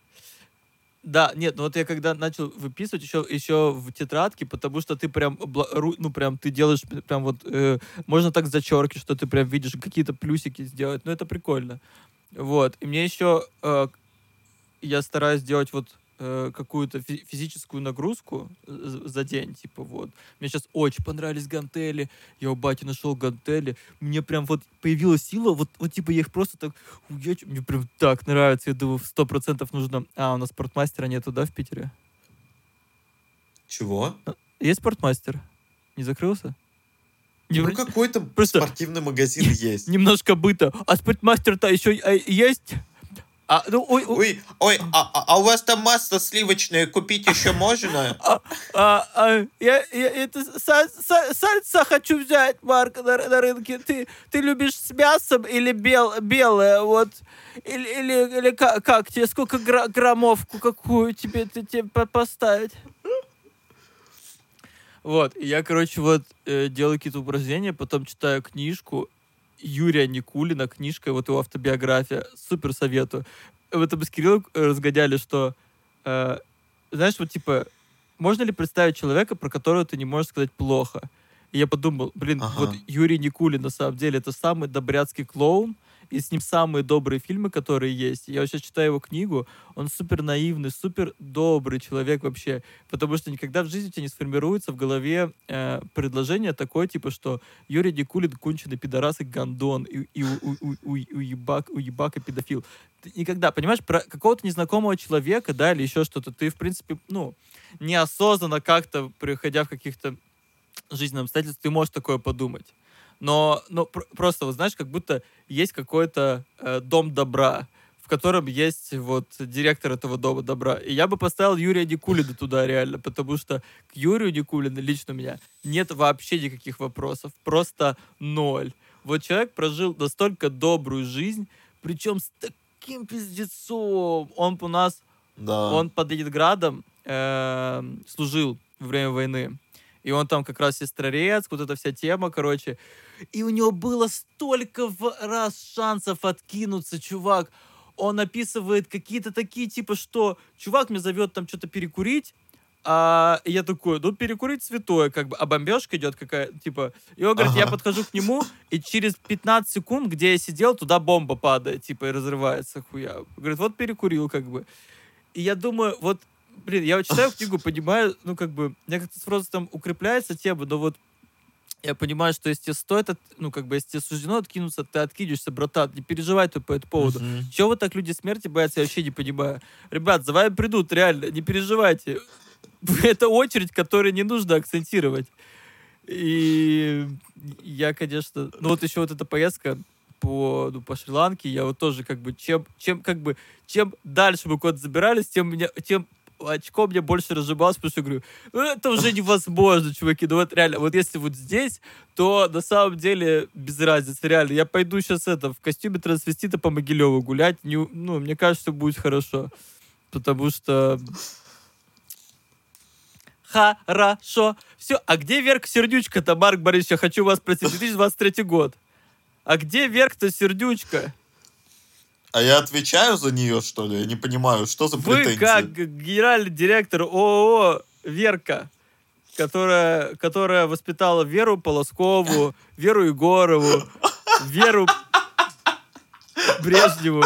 Да, нет, ну вот я когда начал выписывать еще, еще в тетрадке, потому что ты прям, бла- ру- ну прям ты делаешь п- прям вот, э, можно так зачеркивать, что ты прям видишь какие-то плюсики сделать, ну это прикольно. Вот, и мне еще, э, я стараюсь делать вот э, какую-то фи- физическую нагрузку з- за день, типа вот. Мне сейчас очень понравились гантели, я у бати нашел гантели, мне прям вот появилась сила, вот, вот типа я их просто так, хуячу, мне прям так нравится, я думаю, сто процентов нужно... А, у нас спортмастера нету, да, в Питере? Чего? А, есть спортмастер? Не закрылся? Не, Ну, вроде- какой-то Просто спортивный магазин есть. немножко быто. А спортмастер-то еще э, есть? А, ну, ой, ой, Ой, ой, а, а- а у вас там масло сливочное купить еще можно? А, а, а, я, я это са- са- сальца хочу взять, Марк, на, на рынке. Ты, ты любишь с мясом или бел, белое, вот? Или, или, или как, как тебе, сколько гра- граммовку какую тебе, ты, тебе по- поставить? Вот, и я, короче, вот э, делаю какие-то упражнения, потом читаю книжку, Юрия Никулина, книжка, вот его автобиография. Супер советую. Вот мы с Кириллом разгоняли, что, э, знаешь, вот типа, можно ли представить человека, про которого ты не можешь сказать плохо? И я подумал, блин, вот Ага. Юрий Никулин, на самом деле, это самый добряцкий клоун, и с ним самые добрые фильмы, которые есть. Я сейчас читаю его книгу, он супер наивный, супер добрый человек вообще, потому что никогда в жизни у тебя не сформируется в голове э, предложение такое, типа, что Юрий Никулин конченый пидорас и гондон, и, и у, у, у, у, уебак, уебак и педофил. Ты никогда, понимаешь, про какого-то незнакомого человека, да, или еще что-то, ты, в принципе, ну, неосознанно как-то, приходя в каких-то жизненных обстоятельствах, ты можешь такое подумать. Но, но пр- просто, вот знаешь, как будто есть какой-то э, дом добра, в котором есть вот директор этого дома добра. И я бы поставил Юрия Никулина туда реально, потому что к Юрию Никулину лично у меня нет вообще никаких вопросов. Просто ноль. Вот человек прожил настолько добрую жизнь, причем с таким пиздецом. Он у нас, Да. он под Ленинградом э, служил во время войны. И он там как раз Сестрорецк, вот эта вся тема, короче. И у него было столько в раз шансов откинуться, чувак. Он описывает какие-то такие, типа, что чувак меня зовет там что-то перекурить, а я такой, ну, перекурить святое, как бы, а бомбежка идет какая, типа, и он говорит, я Ага. подхожу к нему, и через пятнадцать секунд, где я сидел, туда бомба падает, типа, и разрывается, хуя. Говорит, вот перекурил, как бы. И я думаю, вот, блин, я вот читаю книгу, понимаю, ну, как бы, мне как-то просто там укрепляется тема, но вот я понимаю, что если тебе стоит, от- ну, как бы, если тебе суждено откинуться, ты откинешься, братан, не переживай ты по этому поводу. Мгм. Чего вы так люди смерти боятся, я вообще не понимаю. Ребят, за вами придут, реально, не переживайте. Это очередь, которую не нужно акцентировать. И я, конечно... Ну, вот еще вот эта поездка по, ну, по Шри-Ланке, я вот тоже как бы, чем, чем, как бы, чем дальше мы куда-то забирались, тем, меня, тем очко мне больше разжималось, потому что я говорю, ну, это уже невозможно, чуваки. Ну, вот реально, вот если вот здесь, то на самом деле без разницы, реально. Я пойду сейчас это, в костюме трансвестита по Могилеву гулять, не, у- ну, мне кажется, будет хорошо. Потому что хорошо. Все. А где Верка Сердючка-то, Марк Борисович? Я хочу вас спросить. две тысячи двадцать третий год. А где Верка-то Сердючка? А я отвечаю за нее, что ли? Я не понимаю, что за Вы как претензии? генеральный директор ООО «Верка», которая, которая воспитала Веру Полоскову, Веру Егорову, Веру Брежневу.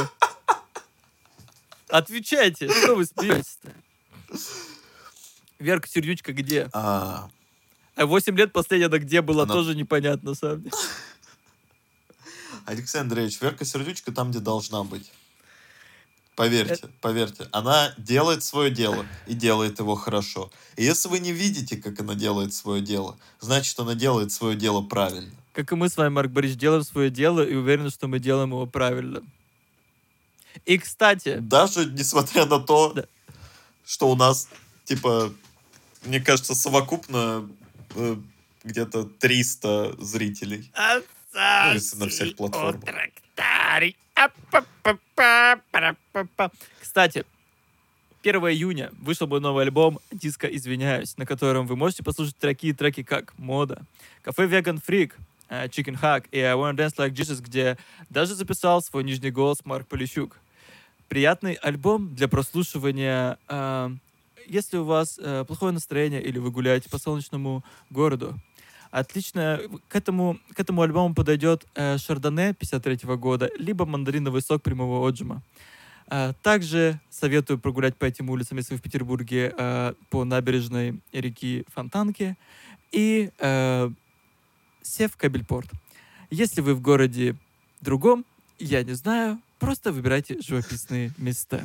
Отвечайте, что вы смеетесь-то? Верка Сердючка где? А, А восемь лет последняя она где была, она... тоже непонятно, на самом деле. Алексей Андреевич, Верка Сердючка там, где должна быть. Это- Поверьте, поверьте. Она делает свое дело и делает его хорошо. И если вы не видите, как она делает свое дело, значит, она делает свое дело правильно. Как и мы с вами, Марк Борисович, делаем свое дело и уверены, что мы делаем его правильно. И, кстати, Даже несмотря на то, да, что что у нас, типа, мне кажется, совокупно э, где-то триста зрителей. Ну, если на всех отсоси у платформах. трактарий. А-па-па-па-па-па-па. Кстати, первого июня вышел мой новый альбом «Диско извиняюсь», на котором вы можете послушать такие треки, как «Мода», «Кафе Vegan Freak», э, «Chicken Hack» и «I Wanna Dance Like Jesus», где даже записал свой нижний голос Марк Полищук. Приятный альбом для прослушивания, э, если у вас э, плохое настроение или вы гуляете по солнечному городу. Отлично. К этому, к этому альбому подойдет э, Шардоне пятьдесят третьего года, либо мандариновый сок прямого отжима. А, Также советую прогулять по этим улицам, если вы в Петербурге, э, по набережной реки Фонтанки и э, сев в Кабельпорт. Если вы в городе другом, я не знаю, просто выбирайте живописные места.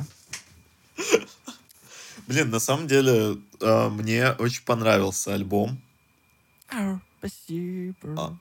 Блин, на самом деле, э, мне очень понравился альбом. Ау, спасибо. А,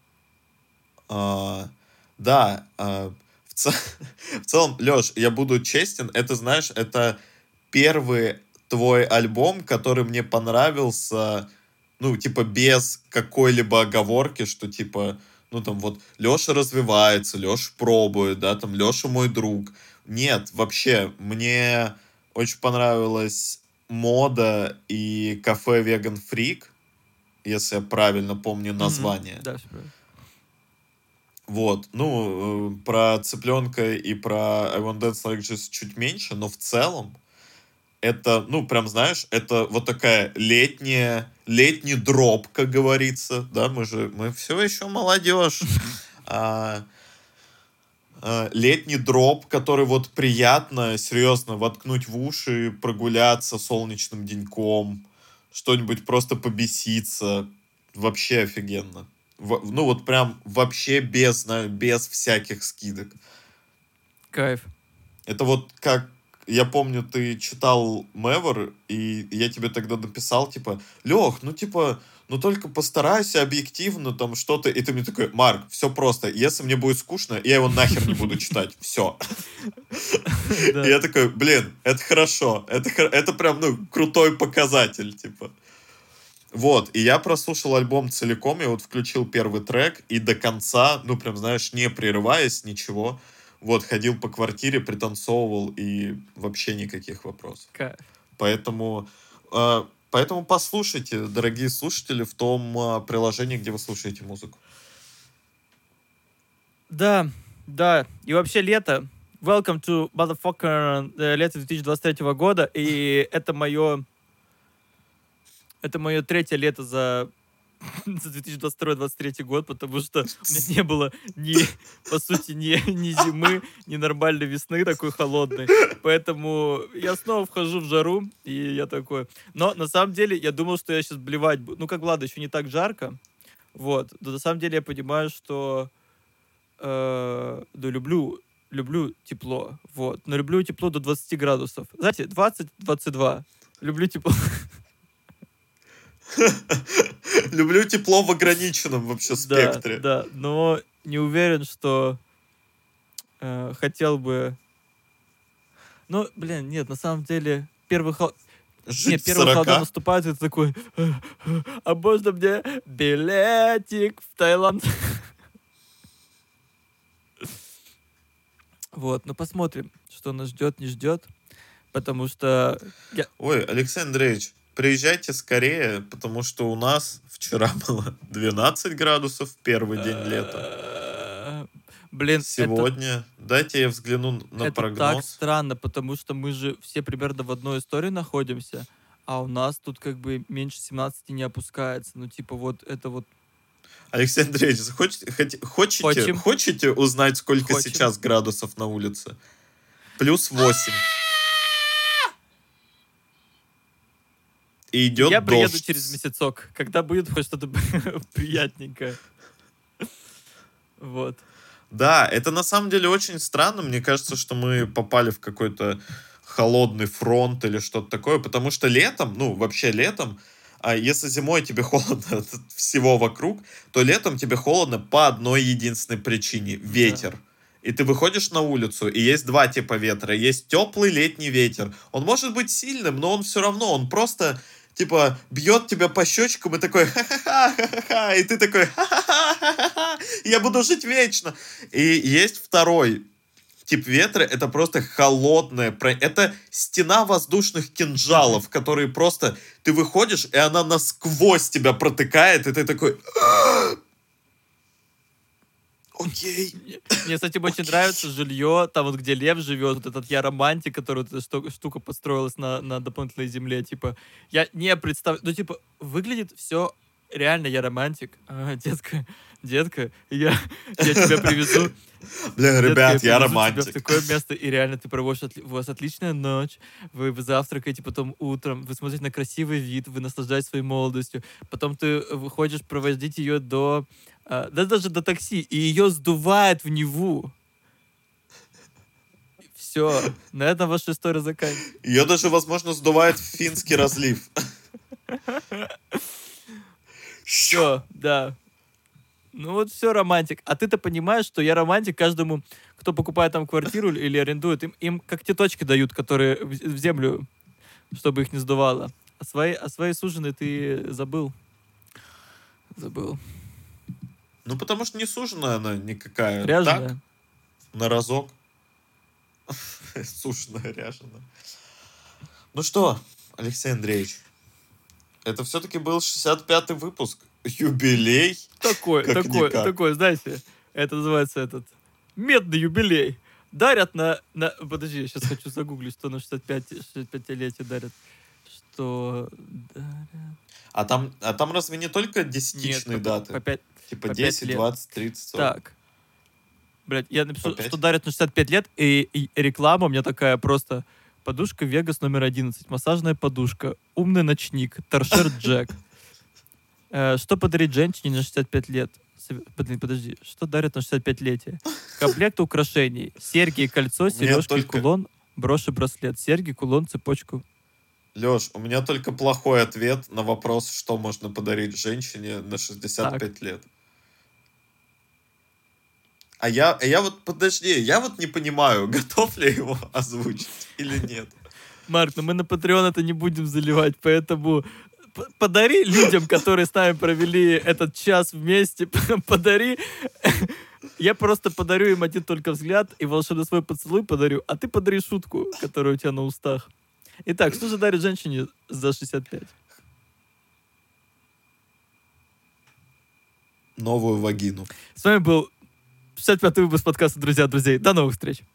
а, да, а, в, ц- в целом, Леш, я буду честен, это, знаешь, это первый твой альбом, который мне понравился, ну, типа, без какой-либо оговорки, что, типа, ну, там, вот, Леша развивается, Леша пробует, да, там, Леша мой друг. Нет, вообще, мне очень понравилась мода и кафе Vegan Freak, если я правильно помню Мгм. название. Да, всё правильно. Вот, ну, э, про цыпленка и про I Want Dance Like This чуть меньше, но в целом это, ну, прям, знаешь, это вот такая летняя, летний дроп, как говорится, да, мы же, мы все еще молодежь. А, а, летний дроп, который вот приятно, серьезно, воткнуть в уши, прогуляться солнечным деньком, что-нибудь просто побеситься. Вообще офигенно. Во- ну вот прям вообще без, знаю, без всяких скидок. Кайф. Это вот как, я помню, ты читал Мэвр, и я тебе тогда написал, типа, Лех, ну типа, ну только постарайся объективно там что-то. И ты мне такой, Марк, все просто, если мне будет скучно, я его нахер не буду читать. Все. И Да. я такой, блин, это хорошо. Это, хо- это прям, ну, крутой показатель, типа. Вот, и я прослушал альбом целиком, я вот включил первый трек, и до конца, ну, прям, знаешь, не прерываясь, ничего, вот, ходил по квартире, пританцовывал, и вообще никаких вопросов. Кайф. Поэтому, э, поэтому послушайте, дорогие слушатели, в том э, приложении, где вы слушаете музыку. Да, да. И вообще лето. Welcome to motherfucker э, лето две тысячи двадцать третьего года. И это мое... Это мое третье лето за, за две тысячи двадцать второй — двадцать третий год, потому что у меня не было ни, по сути, ни, ни зимы, ни нормальной весны такой холодной. Поэтому я снова вхожу в жару, и я такой... Но на самом деле я думал, что я сейчас блевать буду. Ну, как, ладно, еще не так жарко. Вот. Но на самом деле я понимаю, что... э, да, люблю, люблю тепло. Вот. Но люблю тепло до двадцати градусов. Знаете, двадцать — двадцать два. Люблю тепло. Люблю тепло в ограниченном вообще Да, спектре. да. Но не уверен, что э, хотел бы... Ну, блин, нет, на самом деле, первый хол... Жить Нет, в первый холода сорока. наступает, и ты такой, а можно мне билетик в Таиланд? Вот, ну посмотрим, что нас ждет, не ждет, потому что... я- Ой, Алексей Андреевич, приезжайте скорее, потому что у нас вчера было двенадцать градусов первый день лета. э, Блин, это, Сегодня, дайте я взгляну на это так прогноз. странно, потому что мы же все примерно в одной истории находимся, а у нас тут как бы меньше семнадцати не опускается. Ну, типа, вот это вот Алексей Андреевич, захочете- хоти- хочете, хочем, хочете узнать, сколько хочем. сейчас градусов на улице? Плюс восемь. И И идет я приеду дождь. через месяцок, когда будет хоть что-то приятненькое. Вот. Да, это на самом деле очень странно. Мне кажется, что мы попали в какой-то холодный фронт или что-то такое, потому что летом, ну, вообще летом, а если зимой тебе холодно от всего вокруг, то летом тебе холодно по одной единственной причине — Да. ветер. И ты выходишь на улицу, и есть два типа ветра. Есть теплый летний ветер. Он может быть сильным, но он все равно, он просто, типа, бьет тебя по щечкам и такой ха-ха-ха, ха-ха-ха, и ты такой ха-ха-ха, я буду жить вечно. И есть второй тип ветра, это просто холодная, про- это стена воздушных кинжалов, которые просто, ты выходишь, и она насквозь тебя протыкает, и ты такой, окей. Мне, мне, кстати, очень Окей. нравится жилье, там вот где лев живет, вот этот я романтик, который вот эта шту- штука построилась на, на дополнительной земле, типа, я не представляю, ну, типа, выглядит все реально я романтик. А, детка, детка, я, я тебя привезу, Блин, детка, я ребят, я привезу тебя в романтик. такое место, и реально ты проводишь, отли- у вас отличная ночь, вы, вы завтракаете потом утром, вы смотрите на красивый вид, вы наслаждаетесь своей молодостью, потом ты выходишь проводить ее до, а, да даже до такси, и ее сдувает в Неву. Все, на этом ваша история заканчивается. Ее даже, возможно, сдувает в Финский разлив. Все, да. Ну вот все романтик. А ты-то понимаешь, что я романтик каждому, кто покупает там квартиру или арендует, им, им как те точки дают, которые в, в землю, чтобы их не сдувало. А свои, а свои суженые ты забыл. Забыл. Ну, потому что не суженая она никакая. Так, Ряженая. на разок. Суженая, ряженая. Ну что, Алексей Андреевич, это все-таки был шестьдесят пятый выпуск. Юбилей. Такой, такой, Как-никак. такой, знаете, Это называется этот медный юбилей. Дарят на... на... Подожди, я сейчас хочу загуглить, что на шестьдесят пятилетие дарят. Что дарят... А там, а там разве не только Нет, десятичные по, даты? по пять, Типа по пять десять, лет. двадцать, тридцать, сорок. Так. Блядь, я напишу, По пять? что дарят на шестьдесят пять лет, и, и реклама у меня такая просто... Подушка Вегас номер одиннадцать, массажная подушка, умный ночник, торшер Джек. Э, Что подарить женщине на шестьдесят пять лет? Сов- Блин, подожди, что дарят на шестьдесят пять-летие? Комплект украшений. Серьги, кольцо, сережки, только- кулон, брошь и браслет. Серьги, кулон, цепочку. Лёш, у меня только плохой ответ на вопрос, что можно подарить женщине на шестьдесят пять лет. А я, а я вот, подожди, я вот не понимаю, готов ли его озвучить или нет. Марк, ну мы на Patreon это не будем заливать, поэтому п- подари людям, которые с нами провели этот час вместе, подари... Я просто подарю им один только взгляд и волшебный свой поцелуй подарю, а ты подари шутку, которая у тебя на устах. Итак, что же дарит женщине за шестьдесят пять? Новую вагину. С вами был шестьдесят пятый выпуск подкаста «Друзья друзей». До новых встреч!